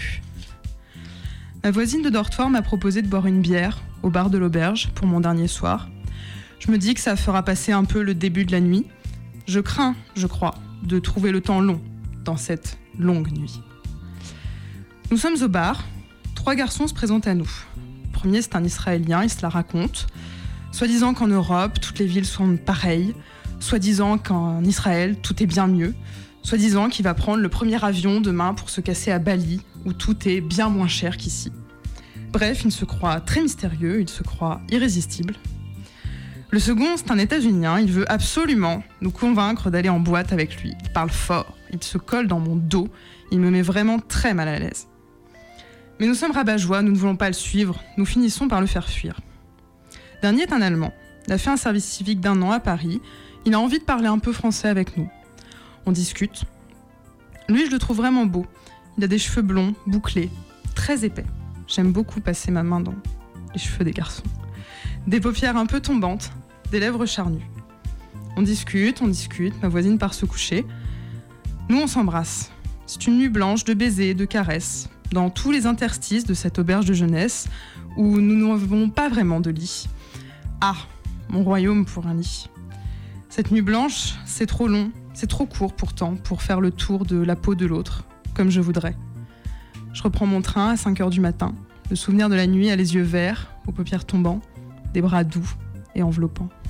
Ma voisine de dortoir m'a proposé de boire une bière au bar de l'auberge pour mon dernier soir. Je me dis que ça fera passer un peu le début de la nuit. Je crains, je crois, de trouver le temps long dans cette longue nuit. Nous sommes au bar. 3 garçons se présentent à nous. Le premier, c'est un Israélien, il se la raconte. Soi-disant qu'en Europe, toutes les villes sont pareilles. Soi-disant qu'en Israël, tout est bien mieux. Soi-disant qu'il va prendre le premier avion demain pour se casser à Bali, où tout est bien moins cher qu'ici. Bref, il se croit très mystérieux, il se croit irrésistible. Le second, c'est un États-Unien, il veut absolument nous convaincre d'aller en boîte avec lui. Il parle fort, il se colle dans mon dos, il me met vraiment très mal à l'aise. Mais nous sommes rabat-joie, nous ne voulons pas le suivre, nous finissons par le faire fuir. Dernier est un Allemand. Il a fait un service civique d'1 an à Paris. Il a envie de parler un peu français avec nous. On discute. Lui, je le trouve vraiment beau. Il a des cheveux blonds, bouclés, très épais. J'aime beaucoup passer ma main dans les cheveux des garçons. Des paupières un peu tombantes, des lèvres charnues. On discute, ma voisine part se coucher. Nous, on s'embrasse. C'est une nuit blanche de baisers, de caresses, dans tous les interstices de cette auberge de jeunesse où nous n'avons pas vraiment de lit. Ah, mon royaume pour un lit. Cette nuit blanche, c'est trop long, c'est trop court pourtant pour faire le tour de la peau de l'autre, comme je voudrais. Je reprends mon train à 5h du matin. Le souvenir de la nuit a les yeux verts, aux paupières tombants, des bras doux et enveloppants.